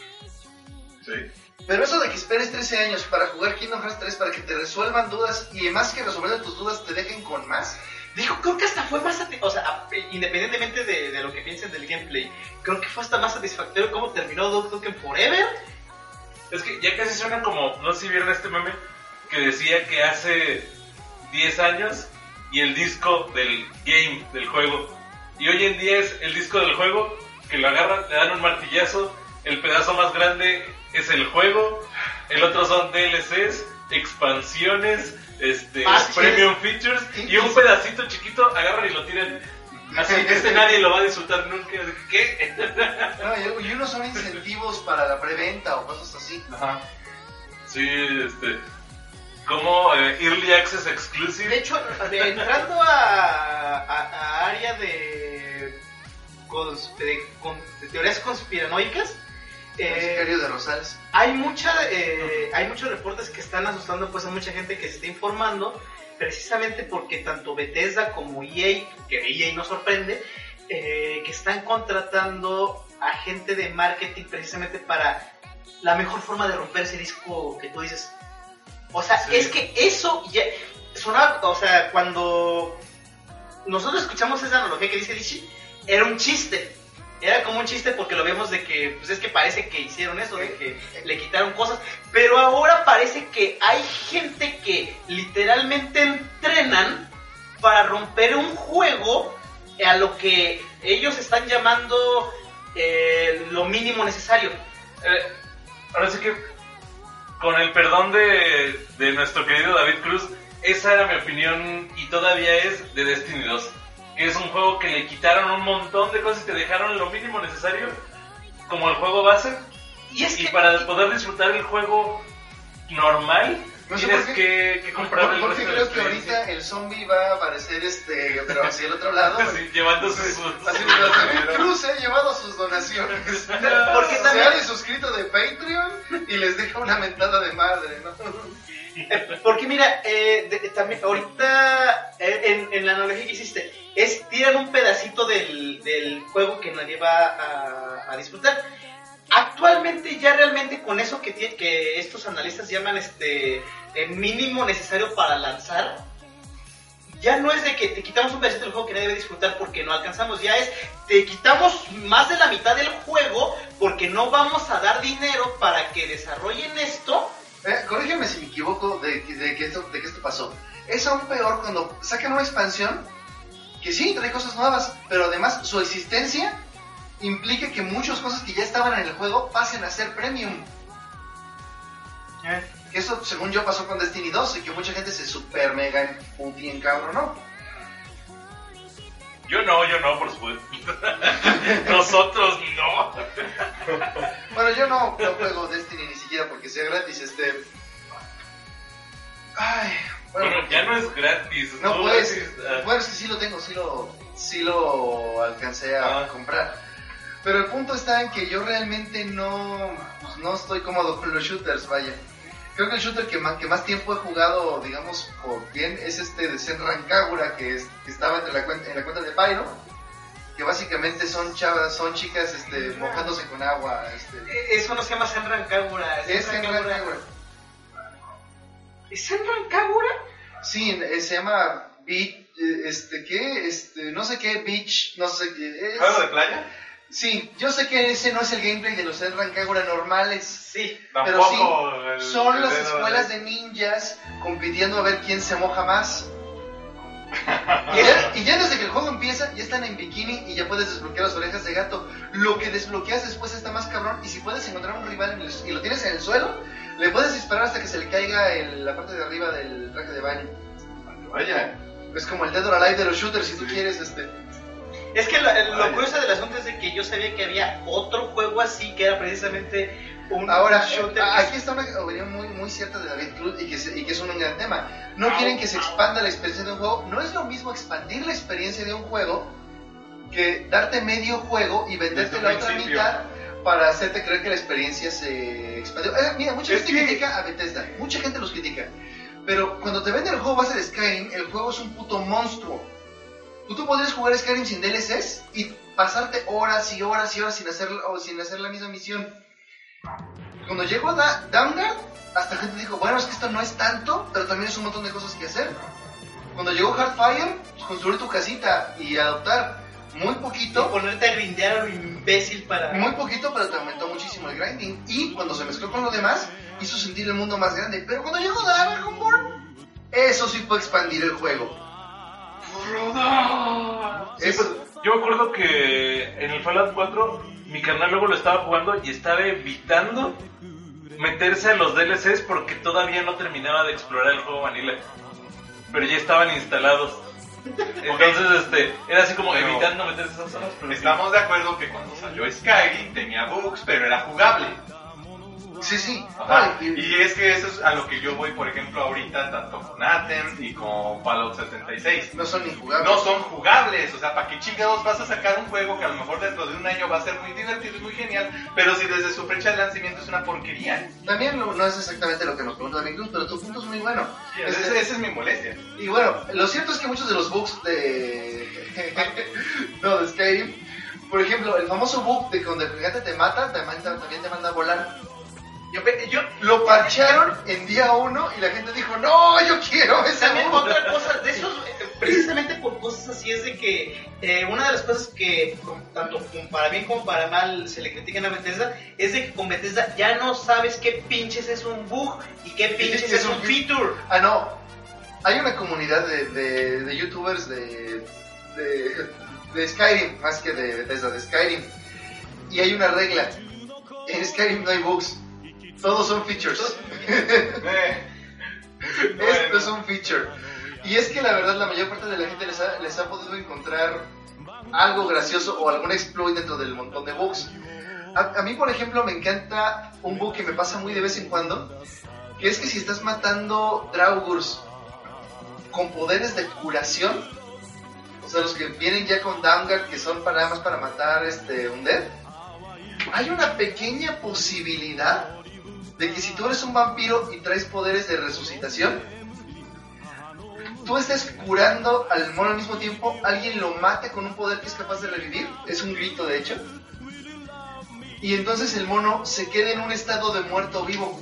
Sí. pero eso de que esperes trece años para jugar Kingdom Hearts tres, para que te resuelvan dudas y más que resolver tus dudas te dejen con más. Dijo, creo que hasta fue más, o sea, independientemente de, de lo que piensen del gameplay, creo que fue hasta más satisfactorio cómo terminó Duke Nukem Forever Es que ya casi suena como, no sé si vieron este meme que decía que hace diez años y el disco del game, del juego. Y hoy en día es el disco del juego, que lo agarran, le dan un martillazo, el pedazo más grande es el juego, el otro son D L Cs, expansiones, este, Ah, sí. premium features, y un pedacito chiquito agarran y lo tiran. Así, este nadie lo va a disfrutar nunca. ¿Qué? No, y, y unos son incentivos para la preventa o cosas así. Ajá. Sí, este... Como eh, Early Access Exclusive. De hecho, de- entrando a, a, a área de, cons- de, con- de teorías conspiranoicas, El eh, sicario de Rosales. hay mucha eh, hay muchos reportes que están asustando pues a mucha gente que se está informando, precisamente porque tanto Bethesda como E A, que E A no sorprende, eh, que están contratando a gente de marketing precisamente para la mejor forma de romper ese disco que tú dices. O sea, Sí. es que eso ya sonaba, o sea, cuando nosotros escuchamos esa analogía que dice Lichi, era un chiste. Era como un chiste porque lo vemos de que, pues es que parece que hicieron eso, de que le quitaron cosas. Pero ahora parece que hay gente que literalmente entrenan para romper un juego a lo que ellos están llamando eh, lo mínimo necesario. Eh, ahora sí que, con el perdón de, de nuestro querido David Cruz, esa era mi opinión y todavía es de Destiny dos. Que es un juego que le quitaron un montón de cosas y te dejaron lo mínimo necesario como el juego base. Y es Y que para poder disfrutar el juego normal, No sé tienes por qué- que, que comprar el Porque resto de la creo que experiencia. ahorita el zombie va a aparecer este, pero hacia el otro lado. Sí, llevando sus... Así que David Cruz ha llevado sus donaciones. Porque Se también- ha suscrito de Patreon y les deja una mentada de madre, ¿no? Porque mira, eh, de- de- también ahorita eh, en, en la analogía que hiciste, es tiran un pedacito del, del juego que nadie va a, a disfrutar. Actualmente ya realmente con eso que, tie- que estos analistas llaman este el mínimo necesario para lanzar, ya no es de que te quitamos un pedacito del juego que nadie va a disfrutar porque no alcanzamos, ya es te quitamos más de la mitad del juego porque no vamos a dar dinero para que desarrollen esto. Eh, corrígeme si me equivoco de, de, que esto, de que esto pasó. Es aún peor cuando sacan una expansión que sí trae cosas nuevas, pero además su existencia implica que muchas cosas que ya estaban en el juego pasen a ser premium. Que eso, según yo, pasó con Destiny dos y que mucha gente se super mega emputi encabronó. Yo no, yo no, por supuesto. Nosotros no. Bueno, yo no, no juego Destiny ni siquiera porque sea gratis, este... Ay, bueno, Bueno, ya no es gratis. no tú pues, decís, ah, bueno, es que sí lo tengo, sí lo, sí lo alcancé a Ah. comprar. Pero el punto está en que yo realmente no, pues, no estoy cómodo con los shooters, vaya. Creo que el shooter que más, que más tiempo he jugado, digamos, por bien, es este de Senran Kagura, que, es, que estaba entre la cuenta, en la cuenta de Pyro, que básicamente son chavas, son chicas este, mojándose con agua. Este. Eh, Eso no se llama Senran Kagura. Es Senran Kagura. ¿Es Senran Kagura? Sí, eh, se llama Beach, eh, este, ¿qué? Este, no sé qué, Beach, no sé qué. Es... ¿Juego de playa? Sí, yo sé que ese no es el gameplay de los Senran Kagura normales. Sí. Pero sí, Tampoco el- son el las dedo escuelas de ninjas compitiendo a ver quién se moja más. Y ya, y ya desde que el juego empieza, ya están en bikini y ya puedes desbloquear las orejas de gato. Lo que desbloqueas después está más cabrón. Y si puedes encontrar un rival en el- y lo tienes en el suelo, le puedes disparar hasta que se le caiga el- la parte de arriba del traje de baño. Vaya. Es como el Dead or Alive de los shooters, si tú quieres, este... Es que lo, lo Vaya. curioso del asunto es de que yo sabía que había otro juego así que era precisamente un Ahora, shooter. eh, que- aquí está una opinión muy, muy cierta de David Cruz y que, se- y que es un gran tema. No Au, quieren que se au. expanda la experiencia de un juego. No es lo mismo expandir la experiencia de un juego que darte medio juego y venderte Desde la un otra principio. mitad para hacerte creer que la experiencia se expandió. Eh, mira, mucha Es gente que- critica a Bethesda, mucha gente los critica. Pero cuando te venden el juego base de Skyrim, el juego es un puto monstruo. Tú, tú podrías jugar Skyrim sin D L Cs y pasarte horas y horas y horas sin hacer, o sin hacer la misma misión. Cuando llegó a Da- Downguard, hasta gente dijo, bueno, es que esto no es tanto, pero también es un montón de cosas que hacer. Cuando llegó Hardfire, pues construir tu casita y adoptar. muy Y poquito, ponerte a grindear a lo imbécil para... muy poquito, pero te aumentó muchísimo el grinding. Y cuando se mezcló con lo demás, hizo sentir el mundo más grande. Pero cuando llegó Dragon Ball, eso sí fue expandir el juego. Sí, Es- pues, yo me acuerdo que en el Fallout cuatro mi carnal luego lo estaba jugando y estaba evitando meterse a los D L Cs porque todavía no terminaba de explorar el juego vanilla. Pero ya estaban instalados. Entonces, este, era así como Pero evitando meterse a esas zonas. Pero Estamos de acuerdo que cuando salió Skyrim tenía bugs, pero era jugable. Sí, sí. Ajá. Ay, y- Y es que eso es a lo que yo voy, por ejemplo, ahorita, tanto con Anthem y con Fallout setenta y seis. no son injugables. No son jugables, o sea, ¿para qué chingados vas a sacar un juego que a lo mejor dentro de un año va a ser muy divertido y muy genial, pero si desde su fecha de lanzamiento es una porquería? También no, no es exactamente lo que nos pregunta David Cruz, pero tu punto es muy bueno. Sí, Este, esa, esa es mi molestia. Y bueno, lo cierto es que muchos de los bugs de... no, de Skyrim, por ejemplo, el famoso bug de cuando el gigante te mata, también, también te manda a volar. Yo, pe- yo Lo parchearon en día uno y la gente dijo, no, yo quiero ese También bug. otra cosa, de esos, eh, precisamente por cosas así, es de que eh, una de las cosas que, como- tanto como para bien como para mal, se le critican a Bethesda, es de que con Bethesda ya no sabes qué pinches es un bug y qué pinches Es es un un feature. Ah, no. Hay una comunidad de, de, de youtubers de, de, de Skyrim, más que de Bethesda, de Skyrim. Y hay una regla. En Skyrim no hay bugs. Todos son features. Eh, Esto es un feature. Y es que la verdad la mayor parte de la gente les ha, les ha podido encontrar algo gracioso o algún exploit dentro del montón de bugs. A, a mí, por ejemplo, me encanta un bug que me pasa muy de vez en cuando, que es que si estás matando Draugrs con poderes de curación, o sea, los que vienen ya con Downguard, que son para, nada más para matar este Undead, hay una pequeña posibilidad de que si tú eres un vampiro y traes poderes de resucitación, tú estés curando al mono al mismo tiempo, alguien lo mate con un poder que es capaz de revivir, es un grito de hecho, y entonces el mono se queda en un estado de muerto vivo,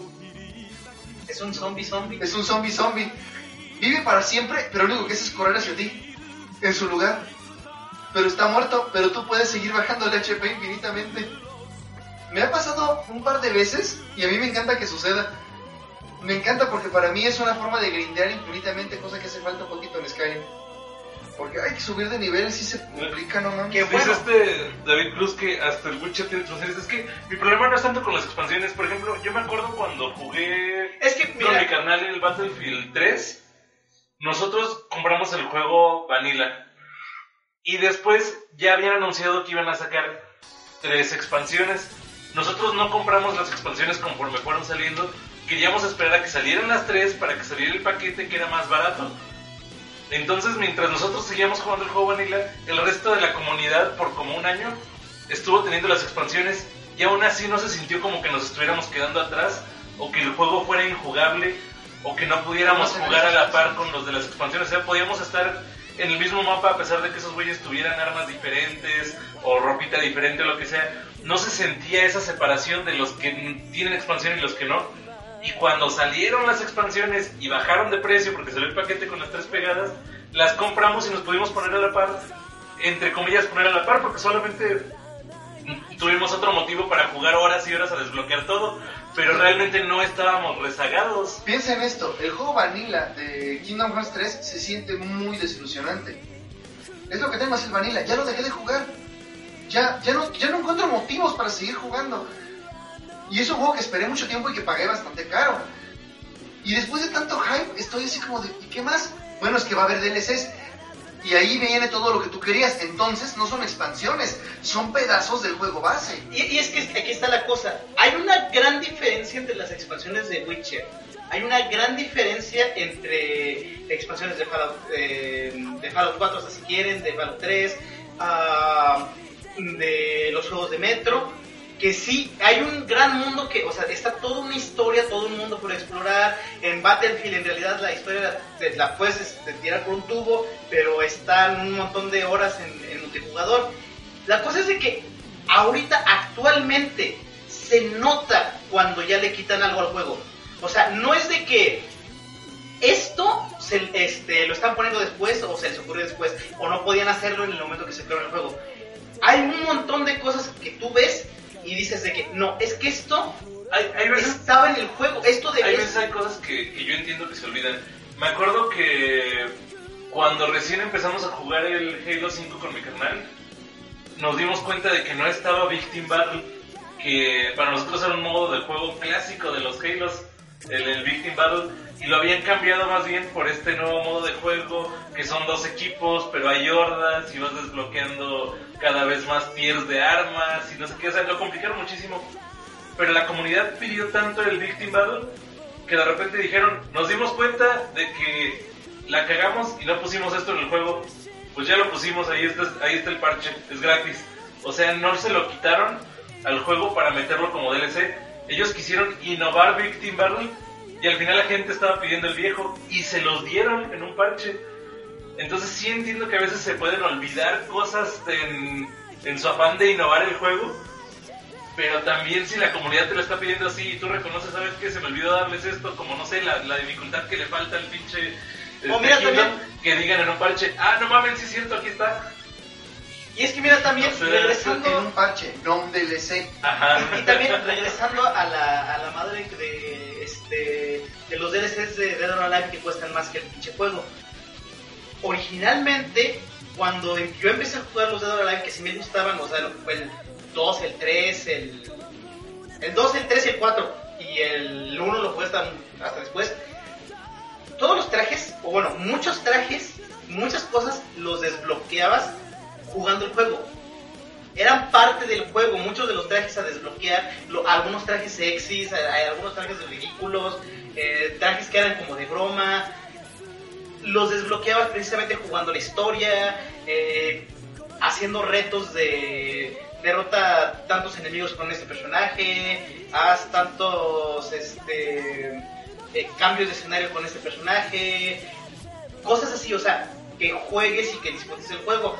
Es un zombie zombie. es un zombie zombie, vive para siempre, pero lo único que hace es correr hacia ti, en su lugar, pero está muerto, pero tú puedes seguir bajando el H P infinitamente. Me ha pasado un par de veces y a mí me encanta que suceda. Me encanta porque para mí es una forma de grindear infinitamente, cosa que hace falta un poquito en Skyrim. Porque hay que subir de nivel, si se complica, no mames. Qué Dice bueno. este David Cruz que hasta el Witcher tiene expansiones. Es que mi problema no es tanto con las expansiones. Por ejemplo, yo me acuerdo cuando jugué Es que, con mi mira, carnal en el Battlefield tres, nosotros compramos el juego Vanilla. Y después ya habían anunciado que iban a sacar tres expansiones. Nosotros no compramos las expansiones conforme fueron saliendo. Queríamos esperar a que salieran las tres para que saliera el paquete que era más barato. Entonces, mientras nosotros seguíamos jugando el juego Vanilla, el resto de la comunidad, por como un año, estuvo teniendo las expansiones y aún así no se sintió como que nos estuviéramos quedando atrás, o que el juego fuera injugable, o que no pudiéramos jugar a la par con los de las expansiones. O sea, podíamos estar en el mismo mapa a pesar de que esos güeyes tuvieran armas diferentes o ropita diferente o lo que sea. No se sentía esa separación de los que tienen expansión y los que no. Y cuando salieron las expansiones y bajaron de precio porque salió el paquete con las tres pegadas, las compramos y nos pudimos poner a la par, entre comillas poner a la par, porque solamente tuvimos otro motivo para jugar horas y horas a desbloquear todo, pero realmente no estábamos rezagados. Piensa en esto, el juego Vanilla de Kingdom Hearts tres se siente muy desilusionante. Es lo que tengo, es el Vanilla, ya lo dejé de jugar. Ya, ya, no, ya no encuentro motivos para seguir jugando. Y es un juego que esperé mucho tiempo y que pagué bastante caro. Y después de tanto hype, estoy así como de, ¿y qué más? Bueno, es que va a haber D L Cs. Y ahí viene todo lo que tú querías. Entonces no son expansiones, son pedazos del juego base. Y, y es que aquí está la cosa. Hay una gran diferencia entre las expansiones de Witcher. Hay una gran diferencia entre expansiones de Fallout, eh, de Fallout cuatro, o sea, si quieren, de Fallout tres, uh, de los juegos de Metro. Que sí, hay un gran mundo que, o sea, está toda una historia, todo un mundo por explorar. En Battlefield, en realidad, la historia la, la puedes este, tirar por un tubo, pero están un montón de horas en, en multijugador. La cosa es de que ahorita, actualmente, se nota cuando ya le quitan algo al juego. O sea, no es de que esto se, este, lo están poniendo después o se les ocurrió después o no podían hacerlo en el momento que se creó el juego. Hay un montón de cosas que tú ves y dices de que no, es que esto Hay, hay veces, estaba en el juego, esto de hay veces hay cosas que, que yo entiendo que se olvidan. Me acuerdo que cuando recién empezamos a jugar el Halo cinco con mi carnal, nos dimos cuenta de que no estaba Victim Battle, que para nosotros era un modo de juego clásico de los Halos, el, el Victim Battle, y lo habían cambiado más bien por este nuevo modo de juego, que son dos equipos, pero hay hordas, y vas desbloqueando cada vez más tiers de armas, y no sé qué, o sea, lo complicaron muchísimo. Pero la comunidad pidió tanto el Victim Battle, que de repente dijeron, nos dimos cuenta de que la cagamos y no pusimos esto en el juego, pues ya lo pusimos, ahí está, ahí está el parche, es gratis. O sea, no se lo quitaron al juego para meterlo como D L C, ellos quisieron innovar Victim Battle, y al final la gente estaba pidiendo el viejo, y se los dieron en un parche. Entonces sí entiendo que a veces se pueden olvidar cosas en, en su afán de innovar el juego, pero también si la comunidad te lo está pidiendo así y tú reconoces, ¿sabes qué? Se me olvidó darles esto, como no sé, la, la dificultad que le falta al pinche este, oh, mira, Kingdom, también, que digan en un parche, ah, no mames, sí es cierto, aquí está. y es que mira también, No sé, regresando... En un parche, no un D L C. Ajá. Y también regresando a la, a la madre de, este, de los D L Cs de Dead or Alive que cuestan más que el pinche juego. Originalmente, cuando yo empecé a jugar los Dead or Alive, que sí me gustaban, o sea, lo que fue el dos, el tres, el, el dos, el tres y el cuatro, y el uno lo jugué hasta, hasta después, todos los trajes, o bueno, muchos trajes, muchas cosas los desbloqueabas jugando el juego. Eran parte del juego, muchos de los trajes a desbloquear, lo, algunos trajes sexys, hay algunos trajes ridículos, eh, trajes que eran como de broma, los desbloqueabas precisamente jugando la historia, eh, haciendo retos de derrota tantos enemigos con este personaje, haz tantos este, eh, cambios de escenario con este personaje, cosas así, o sea, que juegues y que disfrutes el juego.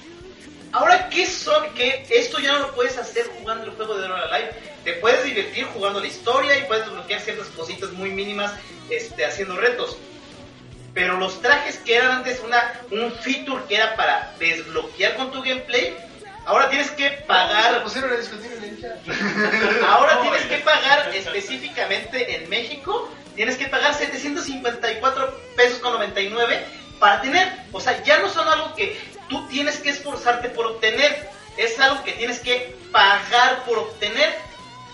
Ahora, ¿qué son? Que esto ya no lo puedes hacer jugando el juego de Dead or Alive. Te puedes divertir jugando la historia y puedes desbloquear ciertas cositas muy mínimas este, haciendo retos. Pero los trajes que eran antes una un feature que era para desbloquear con tu gameplay, ahora tienes que pagar. Se pusieron a discutir en el chat. Ahora tienes que pagar específicamente en México, tienes que pagar setecientos cincuenta y cuatro pesos con noventa y nueve para tener. O sea, ya no son algo que tú tienes que esforzarte por obtener, es algo que tienes que pagar por obtener.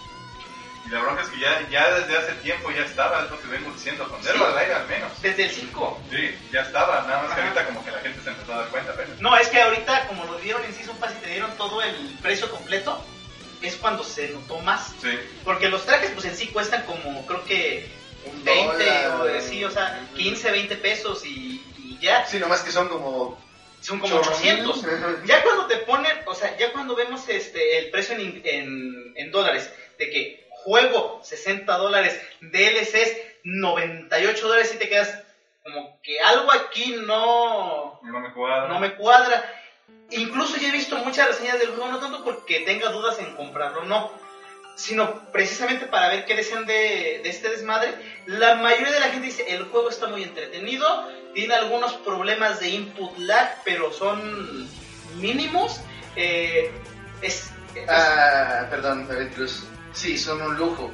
Y la bronca es que ya, ya desde hace tiempo ya estaba, es lo que vengo diciendo, con Dead or Alive al menos. Desde el cinco. Sí, ya estaba, nada más que Ajá. ahorita como que la gente se empezó a dar cuenta apenas. No, es que ahorita como lo dieron en Season Pass y te dieron todo el precio completo, es cuando se notó más. Sí. Porque los trajes pues en sí cuestan como creo que Un veinte dólar, o sí, o sea, quince, veinte pesos y, y ya. Sí, nomás que son como... Son como ochocientos. Ajá. Ya cuando te ponen, o sea, ya cuando vemos este el precio en, en, en dólares, de que juego sesenta dólares, D L Cs noventa y ocho dólares, y te quedas como que algo aquí no, No me cuadra. no me cuadra. Incluso ya he visto muchas reseñas del juego, no tanto porque tenga dudas en comprarlo, no, sino precisamente para ver qué decían de, de este desmadre. La mayoría de la gente dice, el juego está muy entretenido, tiene algunos problemas de input lag, pero son mínimos. Eh, es, es- Ah, perdón, David Cruz. Sí, son un lujo.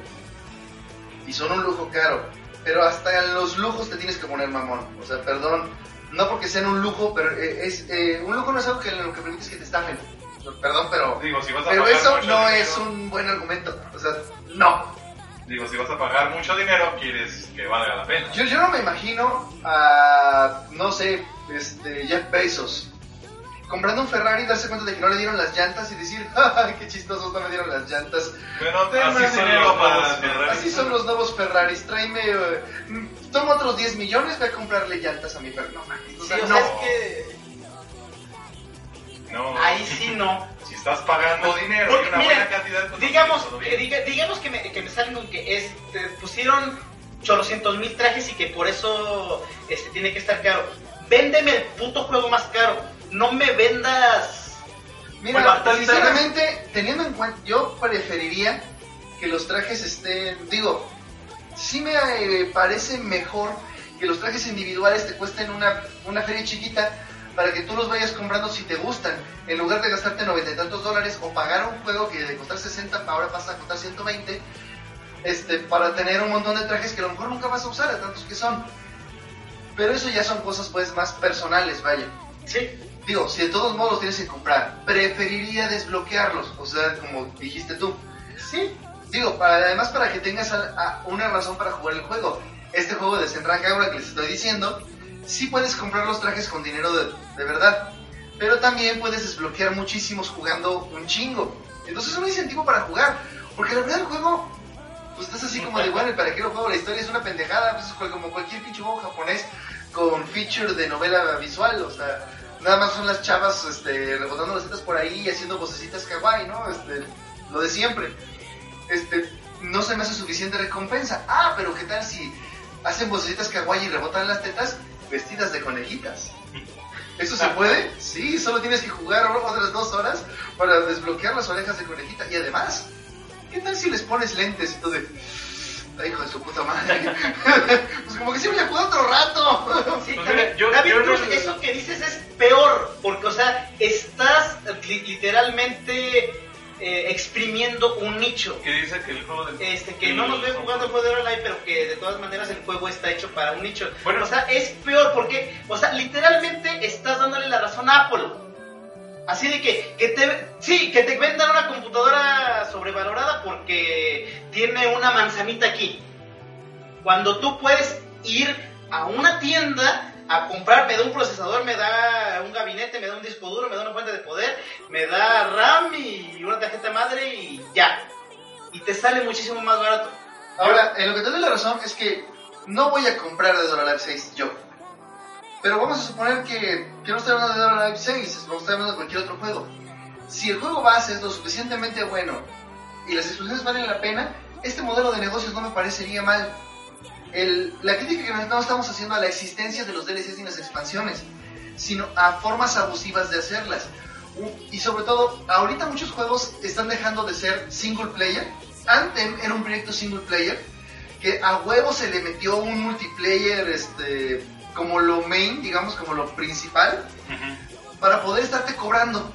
Y son un lujo caro. Pero hasta en los lujos te tienes que poner mamón. O sea, perdón. No porque sean un lujo, pero eh, es eh, un lujo no es algo que lo que permite es que te estafen. Perdón, pero... Digo, si vas a Pero pagar eso mucho no dinero, es un buen argumento. O sea, no. Digo, si vas a pagar mucho dinero, quieres que valga la pena. Yo, yo no me imagino a, no sé, este, Jeff Bezos comprando un Ferrari y darse cuenta de que no le dieron las llantas y decir, ¡ay, qué chistosos, no me dieron las llantas! Pero ten Así más son dinero los para... nuevos Ferrari. Así son los nuevos Ferraris, tráeme, eh, toma otros diez millones, voy a comprarle llantas a mi Ferrari. No, mames, o sí, sea, o no. sea, es que No, ahí sí no. si estás pagando dinero Porque, y una miren, buena cantidad... pues, digamos, todo que, bien. diga- digamos que me, que me salen con que este, pusieron chorrocientos mil trajes y que por eso este, tiene que estar caro. Véndeme el puto juego más caro. No me vendas... Mira, Bueno, sinceramente, teniendo en cuenta, yo preferiría que los trajes estén, digo, sí me eh, parece mejor que que los trajes individuales te cuesten una, una feria chiquita para que tú los vayas comprando si te gustan, en lugar de gastarte noventa y tantos dólares o pagar un juego que de costar sesenta ahora pasa a costar ciento veinte, este, para tener un montón de trajes que a lo mejor nunca vas a usar, a tantos que son. Pero eso ya son cosas pues más personales, vaya. Sí. Digo, si de todos modos los tienes que comprar, preferiría desbloquearlos, o sea, como dijiste tú. Sí. Digo, para, además para que tengas a, a una razón para jugar el juego. Este juego de Zenran Kagura que les estoy diciendo, sí puedes comprar los trajes con dinero de, de verdad, pero también puedes desbloquear muchísimos jugando un chingo. Entonces es un incentivo para jugar, porque la verdad el juego, pues estás así como de, bueno, ¿y para qué lo juego? La historia es una pendejada, pues es como cualquier pinche juego japonés con feature de novela visual, o sea, nada más son las chavas este, rebotando las tetas por ahí y haciendo vocecitas kawaii, ¿no? Este, lo de siempre. Este, no se me hace suficiente recompensa. Ah, pero ¿qué tal si hacen vocecitas kawaii y rebotan las tetas vestidas de conejitas? ¿Eso se puede? Sí, solo tienes que jugar otras dos horas para desbloquear las orejas de conejita. Y además, ¿qué tal si les pones lentes y todo de... Ay, hijo de su puta madre. Pues como que sí voy a jugar otro rato. Sí, Pues también, mira, yo- David yo Cruz, no- eso que dices es peor, porque, o sea, estás li- literalmente eh, exprimiendo un nicho. Que dice que el juego de... Este, que no nos ven jugando el juego de online, pero que de todas maneras el juego está hecho para un nicho. Bueno. O sea, es peor porque, o sea, literalmente estás dándole la razón a Apple. Así de que, que te, sí, que te vendan una computadora sobrevalorada porque tiene una manzanita aquí. Cuando tú puedes ir a una tienda a comprar, me da un procesador, me da un gabinete, me da un disco duro, me da una fuente de poder, me da RAM y una tarjeta madre y ya. Y te sale muchísimo más barato. Ahora, en lo que te doy la razón es que no voy a comprar Dead or Alive seis yo. Pero vamos a suponer que, que no estoy hablando de Dead or Alive seis, vamos a estar hablando de cualquier otro juego. Si el juego base es lo suficientemente bueno y las exclusiones valen la pena, este modelo de negocios no me parecería mal. El, la crítica que no estamos haciendo a la existencia de los D L Cs y las expansiones, sino a formas abusivas de hacerlas. Y sobre todo, ahorita muchos juegos están dejando de ser single player. Anthem era un proyecto single player que a huevo se le metió un multiplayer este, como lo main, digamos, como lo principal, Ujú. para poder estarte cobrando.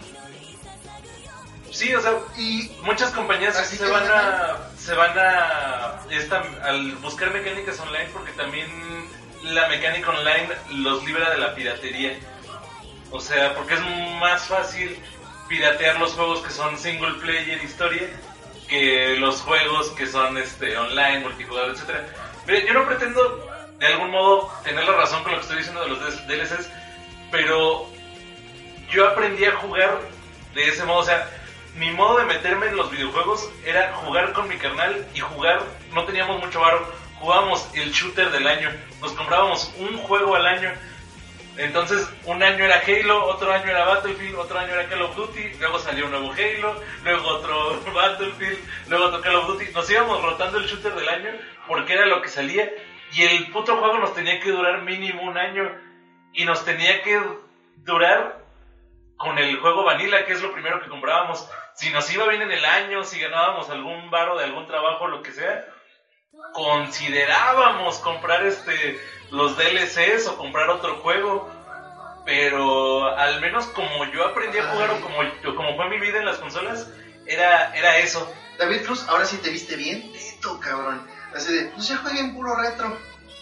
Sí, o sea, Y muchas compañías Así se que van es a se van a esta, al buscar mecánicas online, porque también la mecánica online los libra de la piratería. O sea, porque es más fácil piratear los juegos que son single player historia que los juegos que son este online, multijugador, etcétera. Mira, yo no pretendo de algún modo tener la razón con lo que estoy diciendo de los D L Cs, pero yo aprendí a jugar de ese modo. O sea, mi modo de meterme en los videojuegos era jugar con mi carnal y jugar, no teníamos mucho varo, jugábamos el shooter del año, nos comprábamos un juego al año. Entonces, un año era Halo, otro año era Battlefield, otro año era Call of Duty, luego salió un nuevo Halo, luego otro Battlefield, luego otro Call of Duty. Nos íbamos rotando el shooter del año porque era lo que salía, y el puto juego nos tenía que durar mínimo un año, y nos tenía que durar con el juego vanilla, que es lo primero que comprábamos. Si nos iba bien en el año, si ganábamos algún varo de algún trabajo, lo que sea, considerábamos comprar este los D L Cs o comprar otro juego. Pero al menos como yo aprendí a jugar, o como, como fue mi vida en las consolas, era, era eso. David Cruz, ahora sí te viste bien teto, cabrón. Así de, pues ya jueguen puro retro.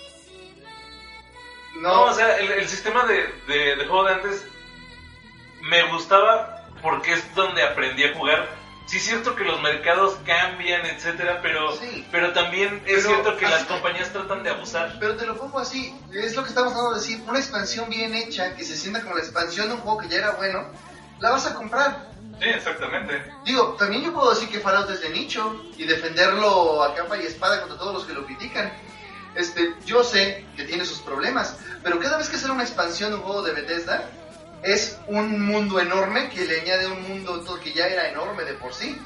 No, No, o sea, el, el sistema de, de, de juego de antes me gustaba porque es donde aprendí a jugar. Sí es cierto que los mercados cambian, etcétera, pero, Sí. pero también es Pero cierto que así- las compañías tratan de abusar. pero te lo pongo así, es lo que estamos tratando de decir, una expansión bien hecha, que se sienta como la expansión de un juego que ya era bueno, la vas a comprar. Sí, exactamente. Digo, también yo puedo decir que Fallout es de nicho y defenderlo a capa y espada contra todos los que lo critican. Este, yo sé que tiene sus problemas, pero cada vez que sale una expansión de un juego de Bethesda, es un mundo enorme que le añade un mundo todo que ya era enorme de por sí.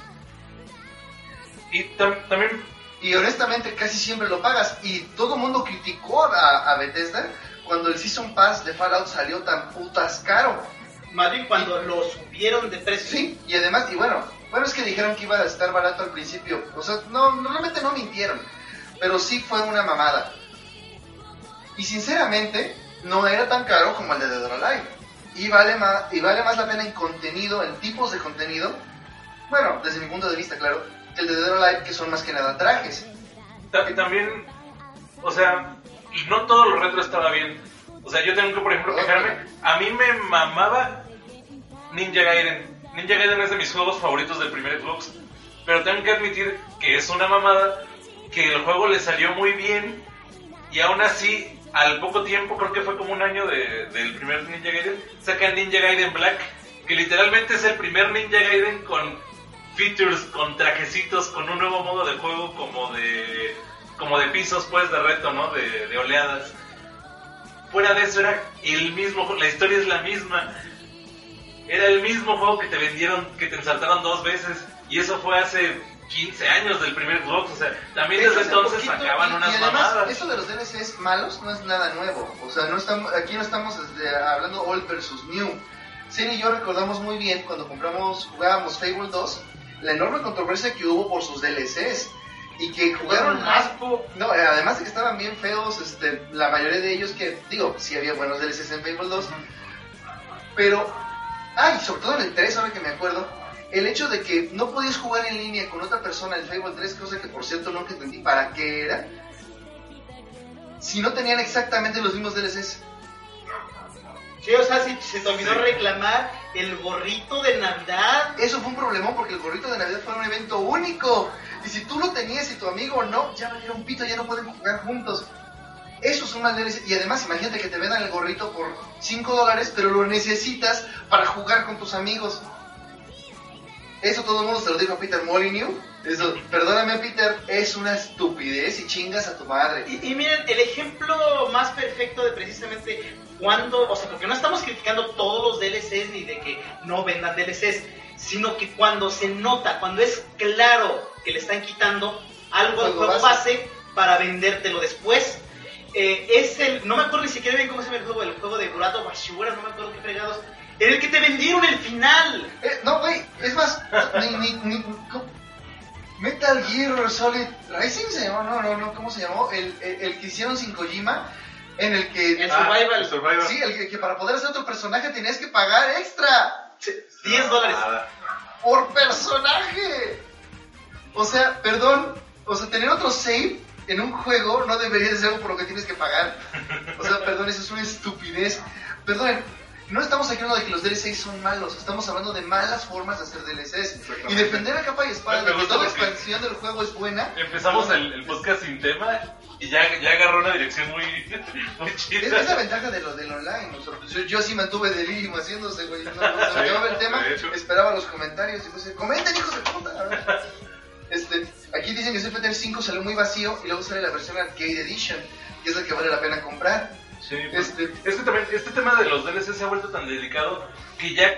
Y tam- también, Y honestamente casi siempre lo pagas. Y todo el mundo criticó a, a Bethesda cuando el Season Pass de Fallout salió tan putas caro. Más bien cuando lo subieron de precio. Sí, y además, y bueno, bueno es que dijeron que iba a estar barato al principio. O sea, no, normalmente no mintieron, pero sí fue una mamada. Y sinceramente, no era tan caro como el de Dead or Alive. Y vale más, y vale más la pena en contenido, en tipos de contenido, bueno, desde mi punto de vista, claro, que el de Dead or Alive, que son más que nada trajes. Y también, o sea, no todo lo retro estaba bien. O sea, yo tengo que, por ejemplo, quejarme. A mí me mamaba Ninja Gaiden. Ninja Gaiden es de mis juegos favoritos del primer Xbox. Pero tengo que admitir que es una mamada, que el juego le salió muy bien. Y aún así, al poco tiempo, creo que fue como un año de, del primer Ninja Gaiden, sacan Ninja Gaiden Black, que literalmente es el primer Ninja Gaiden con features, con trajecitos, con un nuevo modo de juego como de como de pisos, pues, de reto, ¿no? De, de oleadas. Fuera de eso era el mismo juego, la historia es la misma. Era el mismo juego que te vendieron, que te ensartaron dos veces. Y eso fue hace quince años del primer Xbox. O sea, también desde entonces poquito, sacaban y, unas y además, mamadas. Eso de los D L Cs malos no es nada nuevo. O sea, no estamos, aquí no estamos desde, hablando old versus new. Sen y yo recordamos muy bien cuando compramos, jugábamos Fable dos, la enorme controversia que hubo por sus D L Cs. Y que jugaron más, no, además de que estaban bien feos, este, la mayoría de ellos que, digo, sí había buenos D L Cs en Fable dos, pero, ay, ah, sobre todo en el tres, ahora que me acuerdo, el hecho de que no podías jugar en línea con otra persona en Fable tres, cosa que por cierto nunca entendí para qué era, si no tenían exactamente los mismos D L Cs. Sí, o sea, si se te olvidó sí. reclamar el gorrito de Navidad. Eso fue un problemón porque el gorrito de Navidad fue un evento único. Y si tú lo tenías y tu amigo no, ya valía un pito, ya no pueden jugar juntos. Eso es un mal D L C. Y además, imagínate que te vendan el gorrito por cinco dólares, pero lo necesitas para jugar con tus amigos. Eso todo el mundo se lo dijo a Peter Molyneux. Eso, perdóname Peter, es una estupidez y chingas a tu madre. Y, y miren, el ejemplo más perfecto de precisamente cuando, o sea, porque no estamos criticando todos los D L Cs ni de que no vendan D L Cs, sino que cuando se nota, cuando es claro que le están quitando algo del juego base. base para vendértelo después, eh, es el, no me acuerdo ni siquiera bien cómo se llama el juego, el juego de Burado of Ashura, no me acuerdo qué fregados, en el que te vendieron el final. Eh, no, güey, es más, ni, ni, ni, Metal Gear Solid Rising se llamó, no, no, no, ¿cómo se llamó? El, el, el que hicieron sin Kojima, en el que... El Survival. Ah, el Survival. Sí, el que, que para poder hacer otro personaje tenías que pagar extra. diez dólares. Por personaje. O sea, perdón, o sea, tener otro save en un juego no debería ser algo por lo que tienes que pagar. O sea, perdón, eso es una estupidez. Perdón, no estamos hablando de que los D L Cs son malos, estamos hablando de malas formas de hacer D L Cs. Y defender a capa y espada de que toda expansión del juego es buena. Empezamos no, el, el podcast sin tema y ya, ya agarró una dirección muy, muy chida. Es, es la ventaja de lo del online. O sea, yo, yo sí mantuve delirium haciéndose, güey. No, no, se acababa el tema, esperaba los comentarios y pues, comenten, hijos de puta. Este, aquí dicen que C F T cinco salió muy vacío y luego sale la versión Arcade Edition, que es la que vale la pena comprar. Sí, pues, este, es que también este tema de los D L C se ha vuelto tan delicado que ya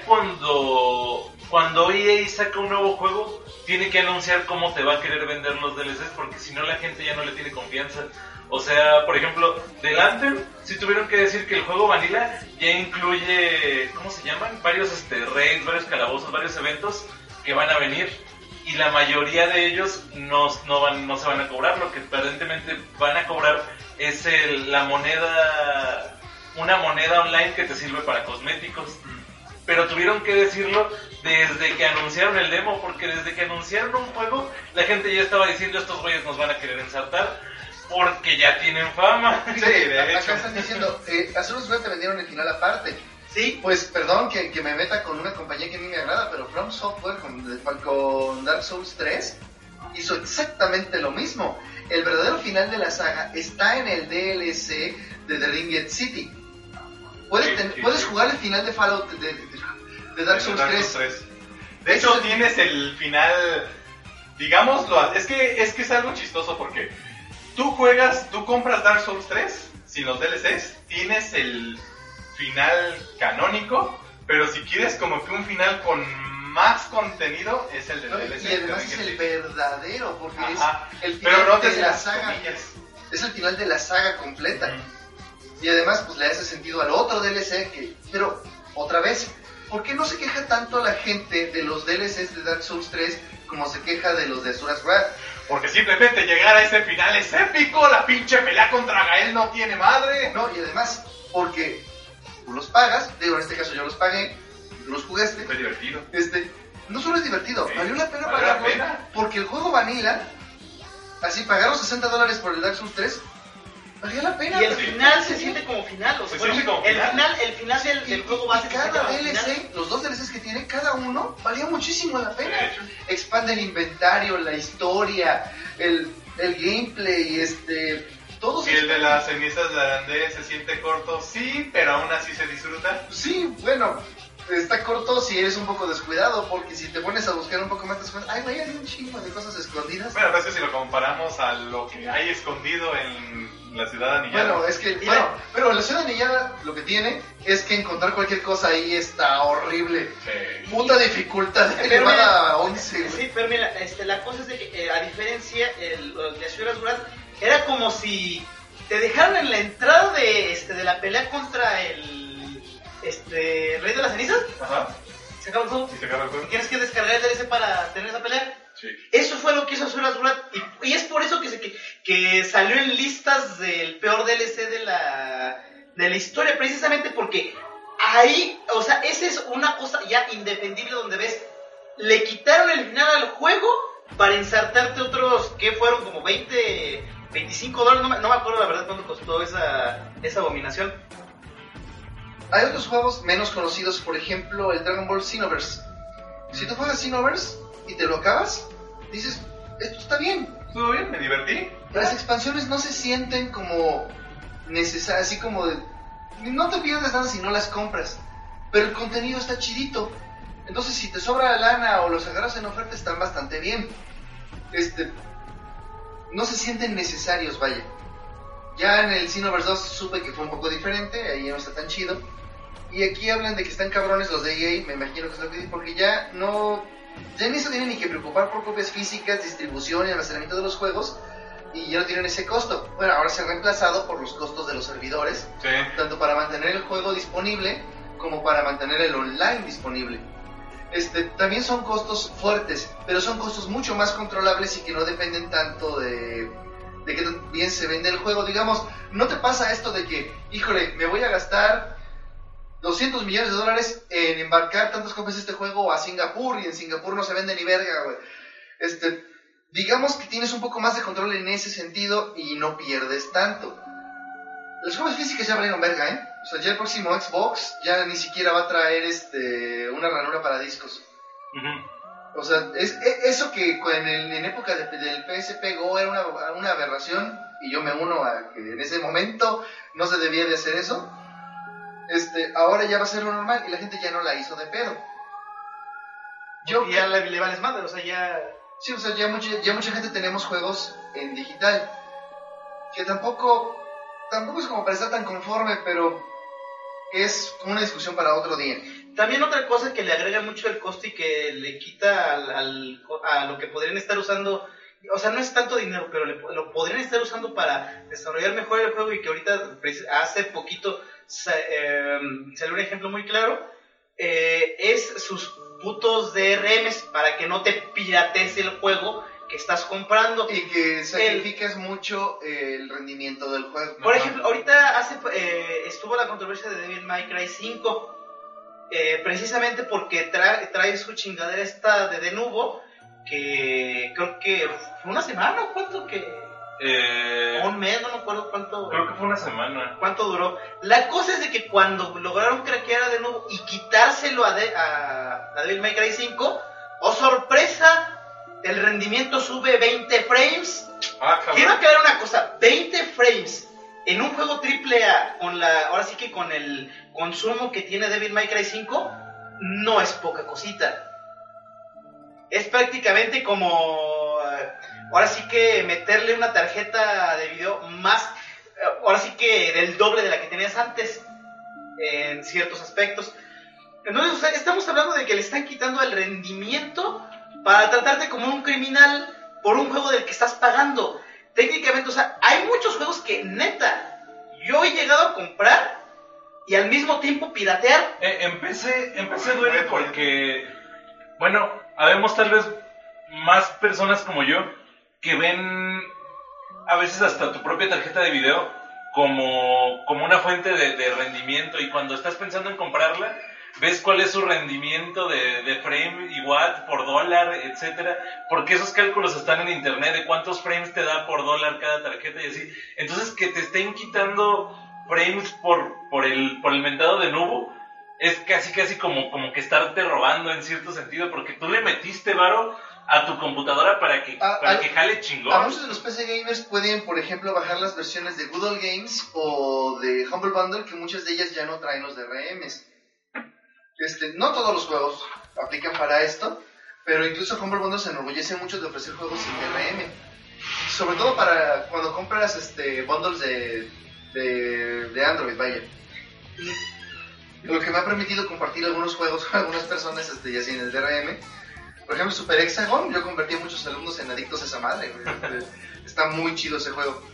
cuando cuando E A saca un nuevo juego tiene que anunciar cómo te va a querer vender los D L Cs, porque si no la gente ya no le tiene confianza. O sea, por ejemplo, del Anthem sí tuvieron que decir que el juego Vanilla ya incluye, ¿cómo se llaman? Varios este, raids, varios calabozos, varios eventos que van a venir. Y la mayoría de ellos no, no, van, no se van a cobrar. Lo que aparentemente van a cobrar es el, la moneda, una moneda online que te sirve para cosméticos. Pero tuvieron que decirlo desde que anunciaron el demo, porque desde que anunciaron un juego, la gente ya estaba diciendo estos güeyes nos van a querer ensartar, porque ya tienen fama. Sí, de hecho. Acá están diciendo, eh, hace unos días te vendieron el final aparte. Sí, pues perdón que, que me meta con una compañía que a mí me agrada, pero From Software con, con Dark Souls tres hizo exactamente lo mismo. El verdadero final de la saga está en el D L C de The Ringed City. Puedes, ten, puedes jugar el final de Fallout de, de, de Dark Souls tres. De hecho, tienes el final, digámoslo, es que, es que es algo chistoso porque tú juegas, tú compras Dark Souls tres sin los D L Cs, tienes el final canónico, pero si quieres como que un final con más contenido es el de no, D L C. Y además es el verdadero, porque Ajá. es el final pero no de la saga. Comillas. Es el final de la saga completa. Mm. Y además pues le hace sentido al otro D L C que, pero otra vez, ¿por qué no se queja tanto la gente de los D L Cs de Dark Souls tres como se queja de los de Asura's Wrath? Porque simplemente llegar a ese final es épico, la pinche pelea contra Gael no tiene madre. No, y además, porque tú los pagas, digo, en este caso yo los pagué, tú los jugaste. Fue divertido. Este, no solo es divertido, Sí, valió la pena valió la pagarlo, pena. porque el juego Vanilla, así pagaron sesenta dólares por el Dark Souls tres, valía la pena. Y el final se siente como final, o sea, Se bueno, siente como el final. final, el final del, Y, del juego y base se siente cada como D L C, final. los dos D L Cs que tiene, cada uno, valía muchísimo la pena. De hecho. Expande el inventario, la historia, el, el gameplay, este, todos Si el de las cenizas de Arandé se siente corto, sí, pero aún así se disfruta. Sí, bueno, está corto si eres un poco descuidado, porque si te pones a buscar un poco más, te das cuenta, ay, güey, hay un chingo de cosas escondidas. Bueno, pero es que si lo comparamos a lo que hay escondido en la ciudad anillada. Bueno, es que, Y bueno, la- pero la ciudad anillada lo que tiene es que encontrar cualquier cosa ahí está horrible. Sí. Puta dificultad Pero elevada mira, a once, güey. Sí, pero mira, este, la cosa es de que, eh, a diferencia, el, de Asura Duras, era como si te dejaran en la entrada de, este, de la pelea contra el este, Rey de las Cenizas, Ajá. se acabó el juego. Y se acaba el Y juego. tienes que descargar el D L C para tener esa pelea. Sí. Eso fue lo que hizo Asura Duras, y, y es por eso que, se, que, que salió en listas del peor D L C de la, de la historia, precisamente porque ahí, o sea, esa es una cosa ya indefendible donde ves, le quitaron el final al juego para insertarte otros que fueron como veinte, veinticinco dólares, no me, no me acuerdo la verdad cuánto costó esa, esa abominación. Hay otros juegos menos conocidos, por ejemplo, el Dragon Ball Xenoverse. Si tú juegas Xenoverse y te lo acabas, dices, esto está bien. ¿Estuvo bien? ¿Me divertí? Las expansiones no se sienten como necesarias, así como de... No te pierdes nada si no las compras, pero el contenido está chidito. Entonces, si te sobra la lana o los agarras en oferta, están bastante bien. Este... No se sienten necesarios, vaya. Ya en el Xenoverse dos supe que fue un poco diferente, ahí ya no está tan chido. Y aquí hablan de que están cabrones los de E A, me imagino que es lo que dicen, porque ya no... Ya ni se tienen ni que preocupar por copias físicas, distribución y almacenamiento de los juegos, y ya no tienen ese costo. Bueno, ahora se ha reemplazado por los costos de los servidores, Sí. tanto para mantener el juego disponible como para mantener el online disponible. Este, también son costos fuertes, pero son costos mucho más controlables y que no dependen tanto de, de que bien se vende el juego. Digamos, no te pasa esto de que, híjole, me voy a gastar doscientos millones de dólares en embarcar tantas copias de este juego a Singapur y en Singapur no se vende ni verga, güey. Este, digamos que tienes un poco más de control en ese sentido y no pierdes tanto. Las copias físicas ya valieron verga, ¿eh? O sea, ya el próximo Xbox ya ni siquiera va a traer este una ranura para discos. Ujú. O sea, es, e- eso que en, el, en época de- del P S P Go era una, una aberración, y yo me uno a que en ese momento no se debía de hacer eso. Este, ahora ya va a ser lo normal y la gente ya no la hizo de pedo. Yo, Y ya le, le vales madre, o sea, ya... sí, o sea, ya mucha, ya mucha gente tenemos juegos en digital, que tampoco, tampoco es como para estar tan conforme, pero es una discusión para otro día. También otra cosa que le agrega mucho el costo y que le quita al, al- a lo que podrían estar usando, o sea, no es tanto dinero, pero le- lo podrían estar usando para desarrollar mejor el juego, y que ahorita, precis- hace poquito, sa- eh, salió un ejemplo muy claro, eh, es sus putos D R Ms para que no te piratees el juego que estás comprando. Y que sacrificas mucho el rendimiento del juego. Por ejemplo, ahorita hace, eh, estuvo la controversia de Devil May Cry cinco, eh, precisamente porque trae, trae su chingadera esta de Denuvo, que creo que fue una semana o cuánto, que Eh, o un mes, no me acuerdo cuánto, creo que fue una semana. cuánto duró. La cosa es de que cuando lograron craquear a Denuvo y quitárselo a, de, a, a Devil May Cry cinco, ¡oh sorpresa! El rendimiento sube veinte frames. Ah, cabrón. Quiero aclarar una cosa, veinte frames en un juego triple A, con la, ahora sí que con el consumo que tiene Devil May Cry cinco, no es poca cosita. Es prácticamente como, eh, ahora sí que meterle una tarjeta de video más, eh, ahora sí que del doble de la que tenías antes, en ciertos aspectos. Entonces, o sea, estamos hablando de que le están quitando el rendimiento para tratarte como un criminal por un juego del que estás pagando. Técnicamente, o sea, hay muchos juegos que, neta, yo he llegado a comprar y al mismo tiempo piratear. Eh, empecé, empecé duele porque, bueno, habemos tal vez más personas como yo que ven a veces hasta tu propia tarjeta de video como, como una fuente de, de rendimiento, y cuando estás pensando en comprarla, ves cuál es su rendimiento de, de frame y watt por dólar, etcétera, porque esos cálculos están en internet de cuántos frames te da por dólar cada tarjeta y así. Entonces, que te estén quitando frames por, por el, por el mentado de nubo, es casi casi como, como que estarte robando en cierto sentido, porque tú le metiste varo a tu computadora para que, a, para a, que jale chingón. A muchos de los P C gamers pueden, por ejemplo, bajar las versiones de Good Old Games o de Humble Bundle, que muchas de ellas ya no traen los D R Ms. Este, no todos los juegos aplican para esto, pero incluso Humble Bundle se enorgullece mucho de ofrecer juegos sin D R M. Sobre todo para cuando compras este, bundles de, de, de Android, vaya. Lo que me ha permitido compartir algunos juegos con algunas personas este, ya sin el D R M. Por ejemplo, Super Hexagon, yo convertí a muchos alumnos en adictos a esa madre. Está muy chido ese juego.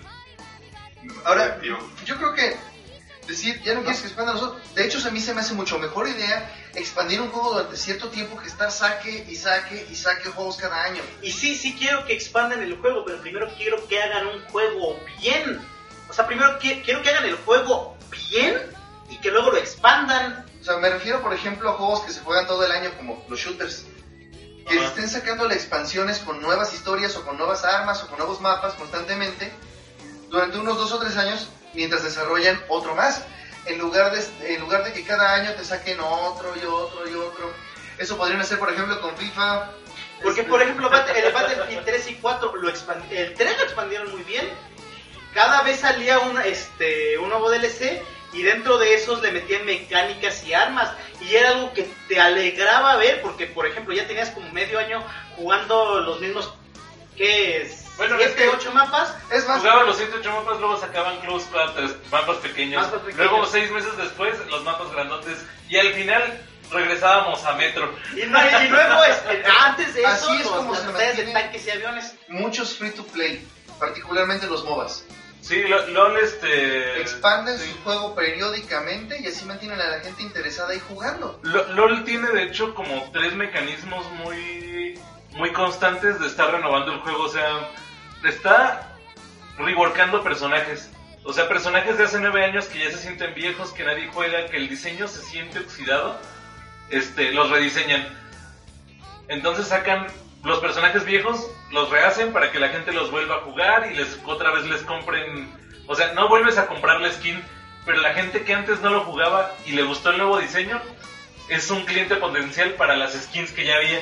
Ahora, yo creo que decir, ya no quieres que expandan los otros. De hecho, a mí se me hace mucho mejor idea expandir un juego durante cierto tiempo que estar saque y saque y saque juegos cada año. Y sí, sí quiero que expandan el juego, pero primero quiero que hagan un juego bien. O sea, primero que, quiero que hagan el juego bien y que luego lo expandan. O sea, me refiero, por ejemplo, a juegos que se juegan todo el año como los shooters. Que uh-huh. estén sacando expansiones con nuevas historias o con nuevas armas o con nuevos mapas constantemente durante unos dos o tres años mientras desarrollan otro más. En lugar de, en lugar de que cada año te saquen otro y otro y otro. Eso podrían hacer, por ejemplo, con FIFA. Porque, este... por ejemplo, el Battlefield tres y cuatro, lo expand... el tres lo expandieron muy bien. Cada vez salía un, este, un nuevo D L C y dentro de esos le metían mecánicas y armas. Y era algo que te alegraba ver porque, por ejemplo, ya tenías como medio año jugando los mismos... ¿Qué es? Bueno, siete, es que ocho mapas. Es más, jugaban los siete, ocho mapas, luego sacaban Close Quarters, mapas pequeños. mapas pequeños. Luego, seis meses después, los mapas grandotes. Y al final, regresábamos a Metro. Y, no, y luego, este, antes de eso, así es los, como las se batallas de mantienen tanques y aviones. muchos free to play, particularmente los MOBAs. Sí, LOL este... Expanden sí. su juego periódicamente y así mantienen a la gente interesada y jugando. LOL tiene, de hecho, como tres mecanismos muy, muy constantes de estar renovando el juego. O sea, está reworkando personajes. O sea, personajes de hace nueve años que ya se sienten viejos, que nadie juega, que el diseño se siente oxidado, este, los rediseñan. Entonces sacan los personajes viejos, los rehacen para que la gente los vuelva a jugar y les otra vez les compren. O sea, no vuelves a comprar la skin, pero la gente que antes no lo jugaba y le gustó el nuevo diseño es un cliente potencial para las skins que ya había.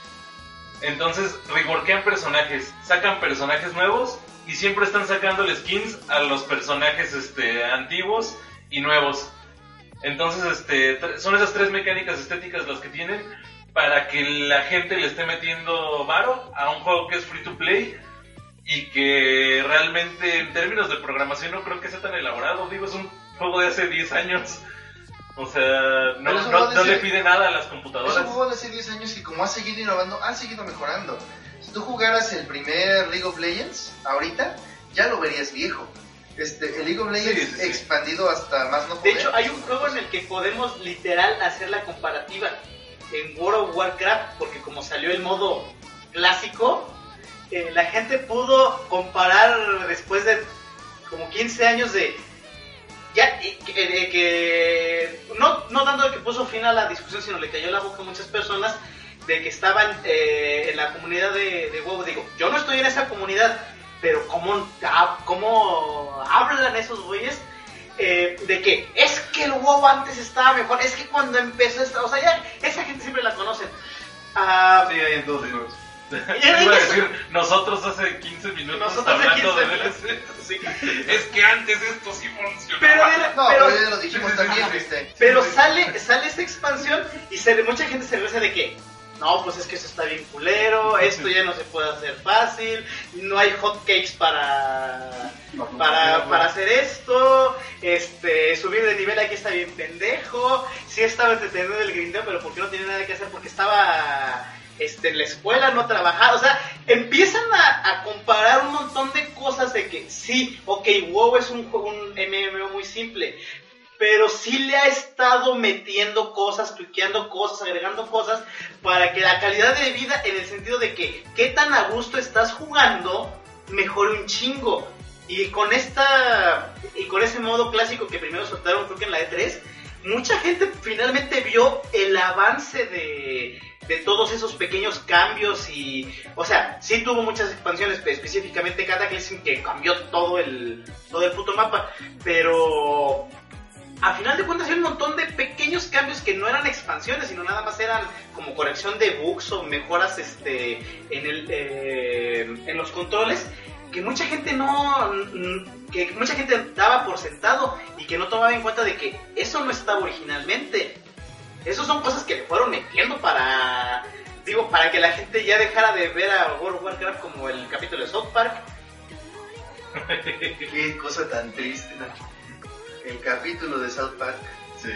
Entonces reworkean personajes, sacan personajes nuevos y siempre están sacando skins a los personajes este, antiguos y nuevos. Entonces este, son esas tres mecánicas estéticas las que tienen para que la gente le esté metiendo varo a un juego que es free to play y que realmente en términos de programación no creo que sea tan elaborado. Digo, es un juego de hace diez años. O sea, no, no, no le pide nada a las computadoras. Es un juego de hace diez años que como ha seguido innovando, ha seguido mejorando. Si tú jugaras el primer League of Legends, ahorita, ya lo verías viejo. Este, el League of Legends sí, sí, sí. expandido hasta más no poder. De hecho, hay un juego en el que podemos literal hacer la comparativa. En World of Warcraft, porque como salió el modo clásico, eh, la gente pudo comparar después de como quince años de... Ya, y, que, de, que no, no dando que puso fin a la discusión, sino le cayó la boca a muchas personas de que estaban eh, en la comunidad de, de WoW. Digo, yo no estoy en esa comunidad, pero ¿cómo, cómo hablan esos güeyes? Eh, de que es que el WoW antes estaba mejor, es que cuando empezó esta, o sea, ya esa gente siempre la conocen. Uh, sí, hay en todos lados. Iba a decir, nosotros hace quince minutos nosotros hablando hace de D L C. Sí. Es que antes esto sí funcionaba. Pero, no, pero, pero ya lo dijimos sí, también, sí, ¿viste? Pero sale, sale esta expansión y se, mucha gente se reza de que no, pues es que eso está bien culero, esto ya no se puede hacer fácil, no hay hotcakes para, para, para hacer esto, este, subir de nivel aquí está bien pendejo, sí estaba entretenido el grindeo, pero ¿por qué no tiene nada que hacer? Porque estaba este, en la escuela, no trabajaba, o sea, empiezan a, a comparar un montón de cosas de que sí, ok, WoW es un, un M M O muy simple, pero sí le ha estado metiendo cosas, tweakeando cosas, agregando cosas, para que la calidad de vida, en el sentido de que qué tan a gusto estás jugando, mejore un chingo. Y con esta y con ese modo clásico que primero soltaron, creo que en la E tres, mucha gente finalmente vio el avance de, de todos esos pequeños cambios. Y, o sea, sí tuvo muchas expansiones, específicamente Cataclysm, que cambió todo el todo el puto mapa, pero a final de cuentas hay un montón de pequeños cambios que no eran expansiones, sino nada más eran como corrección de bugs o mejoras este en el eh, en los controles, que mucha gente no que mucha gente daba por sentado y que no tomaba en cuenta de que eso no estaba originalmente. Esas son cosas que le fueron metiendo para digo para que la gente ya dejara de ver a World of Warcraft como el capítulo de South Park. Qué cosa tan triste, ¿no? El capítulo de South Park. Sí.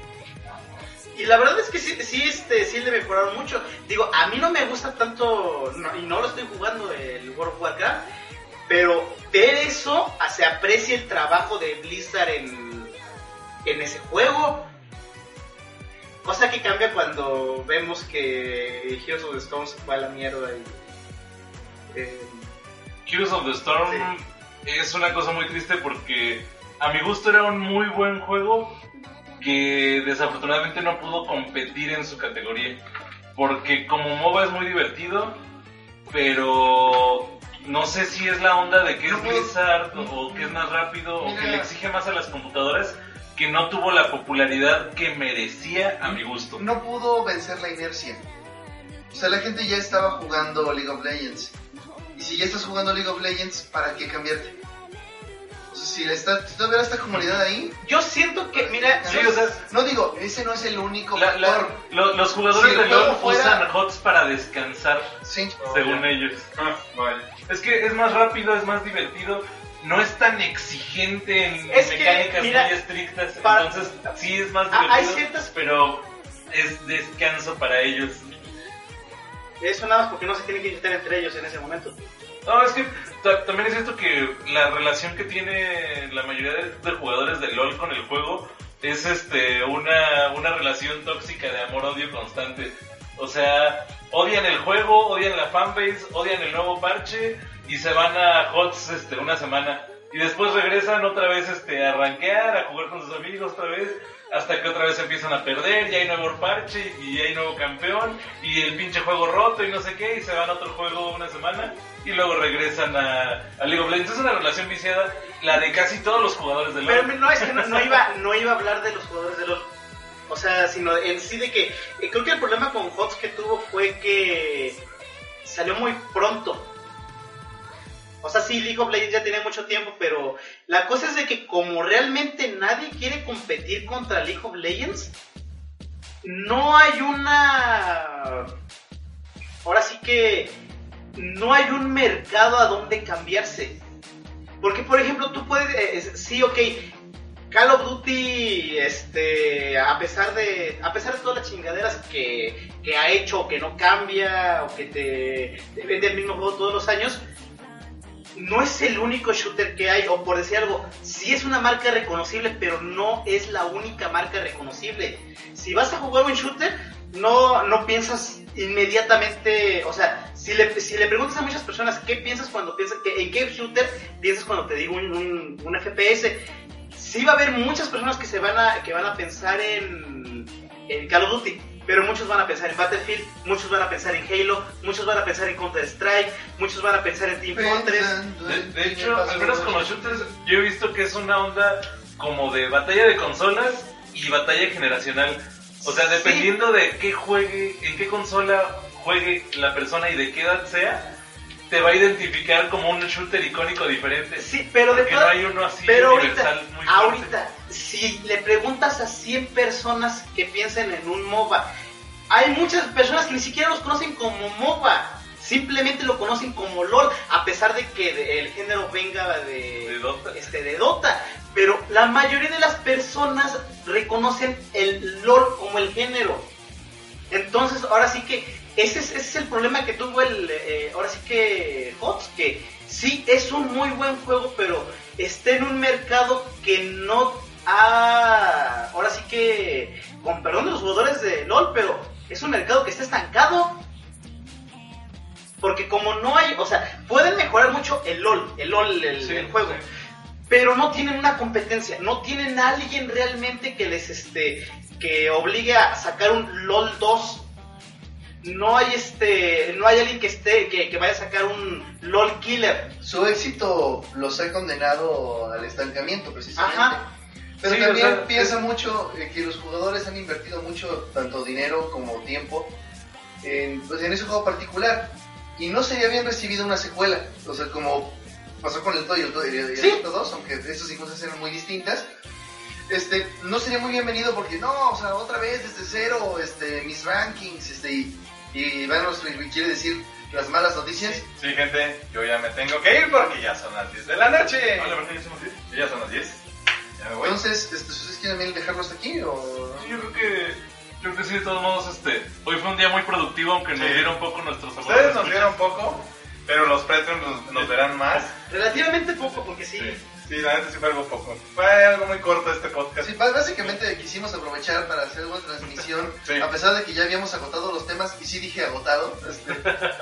Y la verdad es que sí, sí, este, sí le mejoraron mucho. Digo, a mí no me gusta tanto, no, y no lo estoy jugando el World of Warcraft, pero ver eso, se aprecia el trabajo de Blizzard en, en ese juego. Cosa que cambia cuando vemos que Heroes of the Storm se fue a la mierda. Y, eh, Heroes of the Storm sí. Es una cosa muy triste porque a mi gusto era un muy buen juego que desafortunadamente no pudo competir en su categoría. Porque como MOBA es muy divertido, pero no sé si es la onda de que es Blizzard o, o que es más rápido o que le exige más a las computadoras, que no tuvo la popularidad que merecía a mi gusto. No pudo vencer la inercia. O sea, la gente ya estaba jugando League of Legends. Y si ya estás jugando League of Legends, ¿para qué cambiarte? O sea, si está, si todavía esta comunidad ahí... Yo siento que, mira... Sí, o sea, no digo, ese no es el único la, factor. La, lo, los jugadores si de LoL fuera... usan H O T S para descansar, sí. según oh, ellos. Ah, vale. Es que es más rápido, es más divertido, no es tan exigente en, es en que, mecánicas mira, muy estrictas, para, entonces sí es más divertido, divertido, hay ciertas... pero es descanso para ellos. Eso nada más porque no se tienen que invitar entre ellos en ese momento. No, es que t- también es cierto que la relación que tiene la mayoría de, de jugadores de LoL con el juego es este una, una relación tóxica de amor-odio constante. O sea, odian el juego, odian la fanbase, odian el nuevo parche y se van a H O T S este, una semana. Y después regresan otra vez este, a rankear, a jugar con sus amigos otra vez, hasta que otra vez empiezan a perder, y hay nuevo parche, y hay nuevo campeón, y el pinche juego roto, y no sé qué, y se van a otro juego una semana, y luego regresan a, a League of Legends. Es una relación viciada, la de casi todos los jugadores de LoL. Pero no, es que no, no, iba, no iba a hablar de los jugadores de LoL. O sea, sino en sí de que... Eh, creo que el problema con H O T S que tuvo fue que salió muy pronto. O sea, sí, League of Legends ya tiene mucho tiempo, pero la cosa es de que como realmente nadie quiere competir contra League of Legends, no hay una... Ahora sí que no hay un mercado a donde cambiarse. Porque, por ejemplo, tú puedes... Eh, sí, ok, Call of Duty, este, a pesar de a pesar de todas las chingaderas que, que ha hecho, que no cambia, o que te, te vende el mismo juego todos los años... No es el único shooter que hay, o por decir algo, sí es una marca reconocible, pero no es la única marca reconocible. Si vas a jugar un shooter, no, no piensas inmediatamente, o sea, si le, si le preguntas a muchas personas qué piensas cuando piensas, que, en qué shooter piensas cuando te digo un, un, un F P S, sí va a haber muchas personas que se van a, que van a pensar en, en Call of Duty. Pero muchos van a pensar en Battlefield, muchos van a pensar en Halo, muchos van a pensar en Counter-Strike, muchos van a pensar en Team Fortress. De, de hecho, al menos con los shooters, yo he visto que es una onda como de batalla de consolas y batalla generacional. O sea, dependiendo sí. de qué juegue, en qué consola juegue la persona y de qué edad sea, te va a identificar como un shooter icónico diferente. Sí, pero de Porque todas, no hay uno así pero universal ahorita, muy ahorita, fuerte. Si le preguntas a cien personas que piensen en un MOBA, hay muchas personas que ni siquiera los conocen como MOBA, simplemente lo conocen como LOL, a pesar de que el género venga de, de, Dota. Este, de Dota. Pero la mayoría de las personas reconocen el LOL como el género. Entonces, ahora sí que ese es, ese es el problema que tuvo el, eh, ahora sí que H O T S, que sí es un muy buen juego, pero está en un mercado que no ha, ahora sí que, con perdón de los jugadores de LOL, pero es un mercado que está estancado. Porque como no hay, o sea, pueden mejorar mucho el LOL, el LOL, el, Sí, el juego. sí. Pero no tienen una competencia, no tienen a alguien realmente que les, este, que obligue a sacar un LOL dos. No hay este, no hay alguien que esté, que, que vaya a sacar un LOL killer. Su éxito los ha condenado al estancamiento, precisamente. Ajá. Pero Sí, también o sea, piensa es- mucho eh, que los jugadores han invertido mucho, tanto dinero como tiempo, en, pues, en ese juego particular. Y no sería bien recibido una secuela. O sea, como pasó con el Toy y el Toy y el Sí. Toy dos, aunque estas circunstancias eran muy distintas. Este, no sería muy bienvenido porque no, o sea, otra vez desde cero, este, mis rankings, este, y, y van los, y quiere decir las malas noticias. Sí, gente, yo ya me tengo que ir porque ya son las diez de la noche. No, la verdad ya somos diez. Ya son las diez. Ya me voy. Entonces, este, ¿ustedes quieren también dejarlo hasta aquí o...? Sí, yo creo que, yo creo que sí, de todos modos, este, hoy fue un día muy productivo, aunque nos Sí. diera un poco nuestros Ustedes nos abuelos. dieron poco, pero los Patreons nos, nos verán más. Relativamente poco, porque sí. Sí, sí, la neta sí fue algo poco. Fue algo muy corto este podcast. Sí, b- básicamente quisimos aprovechar para hacer una transmisión, Sí. a pesar de que ya habíamos agotado los temas, y sí dije agotado. Este,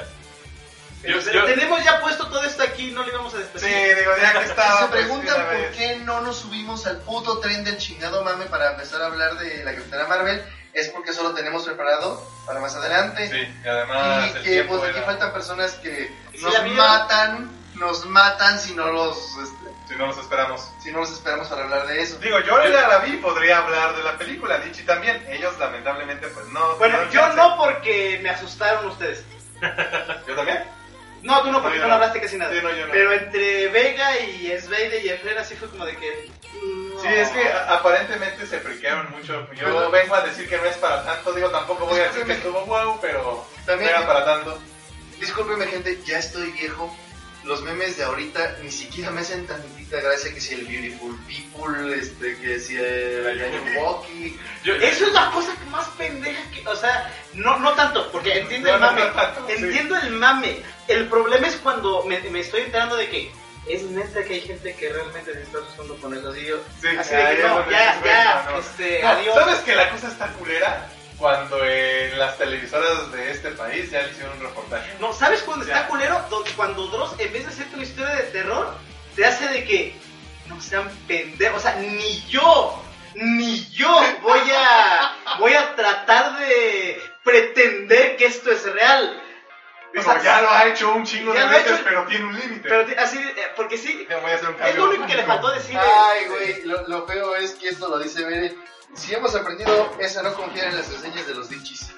Yo- Pero yo- tenemos ya puesto todo esto aquí, no lo íbamos a Sí, despedir. digo, ya que estaba. se pues, preguntan de una por vez. qué no nos subimos al puto tren del chingado mame para empezar a hablar de la Capitana Marvel. Es porque solo tenemos preparado para más adelante. Sí, y además y el que tiempo pues aquí era- faltan personas que ¿Sí nos la vieron? matan, nos matan si no los este, Si no los esperamos. si no los esperamos para hablar de eso. Digo, yo ya la vi, podría hablar de la película, Dichi también. Ellos lamentablemente pues no. Bueno, tuvieron yo chance. no porque me asustaron ustedes. ¿Yo también? No, tú no, porque No, yo tú no no. hablaste casi nada. Sí, no, yo no. Pero entre Vega y Sveide y Efren así fue como de que... no. Sí, es que a- aparentemente se friquearon mucho. Yo Pero- vengo a decir que no es para tanto, digo, tampoco voy a decir que estuvo wow, pero También- no era para tanto. Discúlpeme gente, ya estoy viejo. Los memes de ahorita ni siquiera me hacen tantita gracia, que si el Beautiful People, este, que si el Walkie. yo- Eso es la cosa que más pendeja que... O sea, no, no tanto, porque entiendo el No, no, mame. no tanto, sí. Entiendo el mame. El problema es cuando me, me estoy enterando de que... Es neta que hay gente que realmente se está asustando con eso. Así, yo, Sí, así ya, de que ya no, lo ya, dices, ya, bueno, no. este, No, adiós. ¿Sabes que la cosa está culera? Cuando en las televisoras de este país ya le hicieron un reportaje. No, ¿sabes cuándo Ya. está culero? Donde, cuando Dross, en vez de hacerte una historia de terror, te hace de que no sean pendejos. O sea, ni yo, ni yo voy a, voy a tratar de pretender que esto es real. O Digo, sea, ya lo ha hecho un chingo ya de lo ha veces, hecho. pero tiene un límite. Pero te- así, eh, porque sí, Ya voy a hacer un es cambio. lo único que le faltó decir. Ay, eh, güey, lo, lo feo es que esto lo dice Bere. Si hemos aprendido es a no confiar en las reseñas de los dichis.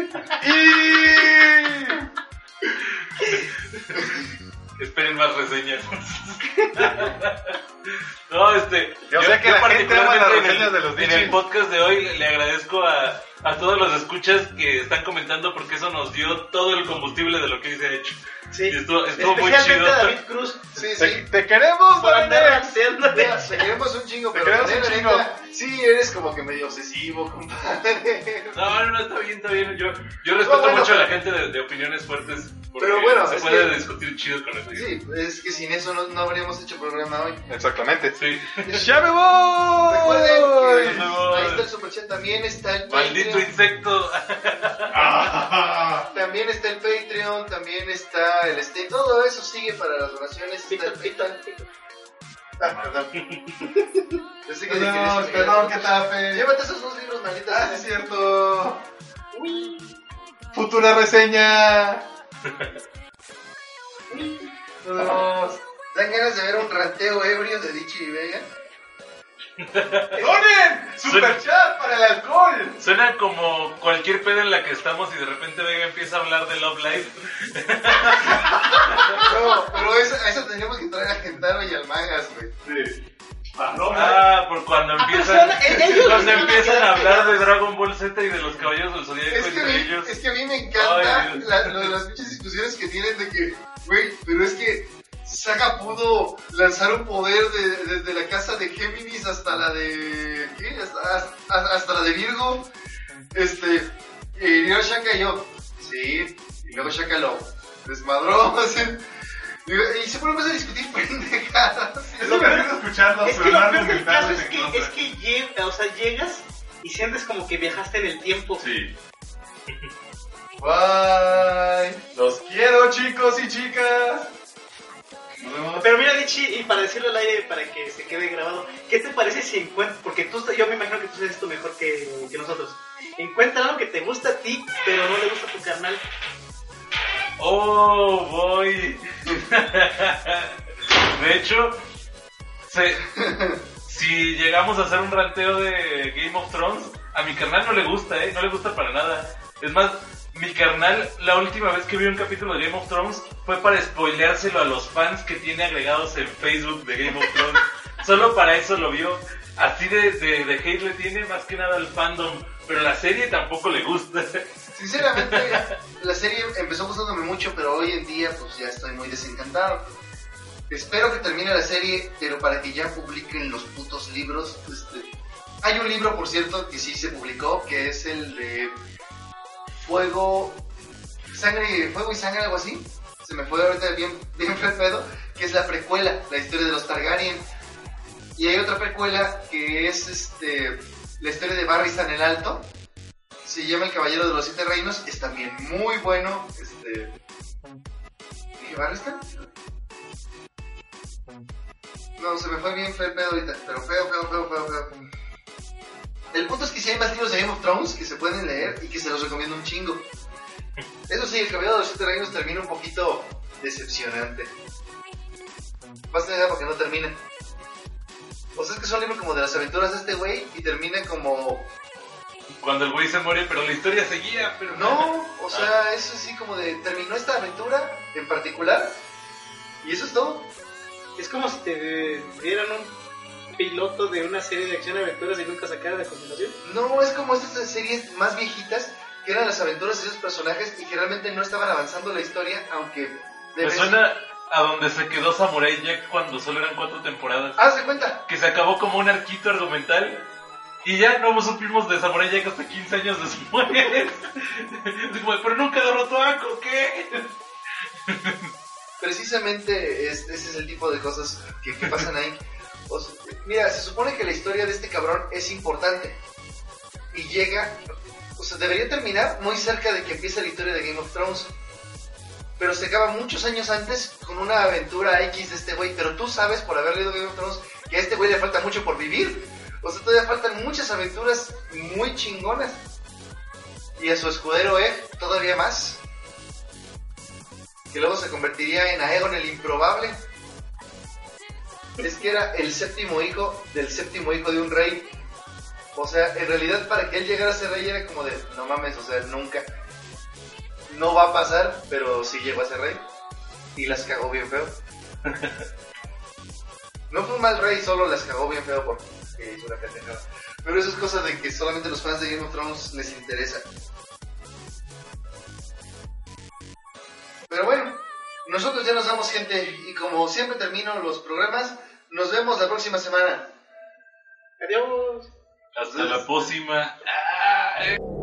Esperen más reseñas. No, este. Yo sé que la gente ama las particularmente en reseñas el- de los En Dichis. el podcast de hoy le agradezco a, a todos los escuchas que están comentando porque eso nos dio todo el combustible de lo que se ha hecho. Sí. Y estuvo, estuvo muy Especialmente chido. a David Cruz Sí, Te, sí. te queremos, por andar David. haciendo de- Ya, te queremos un chingo, Te pero queremos la un neta, chingo. sí, eres como que medio obsesivo, compadre. No, no, no, está bien, está bien. Yo, yo respeto bueno, mucho a la pero- gente de, de opiniones fuertes. Porque Pero bueno, se es puede que- discutir chido con eso. Sí, es que sin eso no, no habríamos hecho programa hoy. Exactamente. Sí. ¡Ya me voy! Recuerden que Nos vemos. ahí está el superchat, también está el Maldito Patreon, insecto. Ah. también está el Patreon, también está el este, todo eso sigue para las donaciones. Está Pito, el pito, PayPal. pito. Ah, perdón. Yo sé que Perdón, querías- perdón, ¿qué tal, Fe? Llévate esos dos libros, malditas. Ah, sí, es cierto. Futura reseña. Nos vemos. ¿Dan ganas de ver un ranteo ebrio de Dichi y Vega? ¡Donen! ¡Superchat para el alcohol! Suena como cualquier peda en la que estamos y de repente Vega empieza a hablar de Love Live. No, pero eso, a eso tendríamos que traer a Gentaro y al Magas, güey. Sí. Ah, por cuando Ah, pero empiezan, son- eh, ellos cuando van a empiezan quedar a hablar pegados. de Dragon Ball Z y de los Caballeros del Zodíaco Es que, a entre mí, ellos. es que a mí me encanta Ay, Dios. la- lo de las pinches discusiones que tienen de que, güey, pero es que Saga pudo lanzar un poder de- desde la casa de Géminis hasta la de... ¿qué? Hasta, hasta- hasta la de Virgo. Este, y luego Shaka y yo, sí, y luego Shaka lo desmadró, o sea, y, y se ponen a discutir pendejadas. Es divertido escuchar escuchando Es su que lo enorme peor del humildad caso les es que, encontra. es que llega, o sea, llegas y sientes como que viajaste en el tiempo. Sí. Bye. Los quiero, chicos y chicas. Nos vemos. Pero mira, Dichi, y para decirlo al aire, para que se quede grabado, ¿qué te parece si encuentras, porque tú, yo me imagino que tú sabes esto mejor que, que nosotros, encuentra algo que te gusta a ti, pero no le gusta a tu carnal? Oh, voy. De hecho, se- si llegamos a hacer un ranteo de Game of Thrones, a mi carnal no le gusta, ¿eh? No le gusta para nada. Es más, mi carnal, la última vez que vio un capítulo de Game of Thrones fue para spoileárselo a los fans que tiene agregados en Facebook de Game of Thrones. Solo para eso lo vio. Así de, de, de hate le tiene más que nada al fandom. Pero la serie tampoco le gusta. Sinceramente, la serie empezó gustándome mucho, pero hoy en día pues ya estoy muy desencantado. Espero que termine la serie, pero para que ya publiquen los putos libros. Este, hay un libro, por cierto, que sí se publicó, que es el de Fuego, Sangre, Fuego y Sangre, algo así. Se me fue ahorita bien, bien fue el pedo, que es la precuela, la historia de los Targaryen. Y hay otra precuela que es este la historia de Barristan el Alto. Se llama El Caballero de los Siete Reinos. Es también muy bueno. Este. ¿Dije Barristan? No, se me fue bien feo el pedo ahorita. Pero feo, feo, feo, feo, feo. El punto es que si hay más libros de Game of Thrones que se pueden leer y que se los recomiendo un chingo. Eso sí, El Caballero de los Siete Reinos termina un poquito decepcionante. Más que nada porque no termina. O sea, es que son libros como de las aventuras de este güey y termina como... Cuando el güey se muere, pero la historia seguía, pero No, o sea, es así como de... Terminó esta aventura en particular y eso es todo. Es como si te dieran un piloto de una serie de acción y aventuras y nunca sacaran a continuación. No, es como estas series más viejitas que eran las aventuras de esos personajes y que realmente no estaban avanzando la historia, aunque... de Me vez- suena a donde se quedó Samurai Jack cuando solo eran cuatro temporadas. Haz de cuenta. Que se acabó como un arquito argumental. Y ya no supimos de Samurai Jack hasta quince años después. Es como, pero nunca derrotó a Ako, ¿qué? Precisamente es- ese es el tipo de cosas que, que pasan ahí. O sea, mira, se supone que la historia de este cabrón es importante y llega, o sea, debería terminar muy cerca de que empiece la historia de Game of Thrones, pero se acaba muchos años antes con una aventura X de este güey. Pero tú sabes, por haber leído Game of Thrones, que a este güey le falta mucho por vivir. O sea, todavía faltan muchas aventuras muy chingonas. Y a su escudero Egg todavía más, que luego se convertiría en Aegon el Improbable. Es que era el séptimo hijo del séptimo hijo de un rey. O sea, en realidad para que él llegara a ser rey era como de, no mames, o sea, nunca. No va a pasar, pero sí llegó a ser rey. Y las cagó bien feo. No fue un mal rey, solo las cagó bien feo porque hizo una pendejada. Pero eso es cosa de que solamente los fans de Game of Thrones les interesa. Pero bueno, nosotros ya nos damos, gente, y como siempre termino los programas, nos vemos la próxima semana. Adiós. Hasta la próxima. Ah, eh.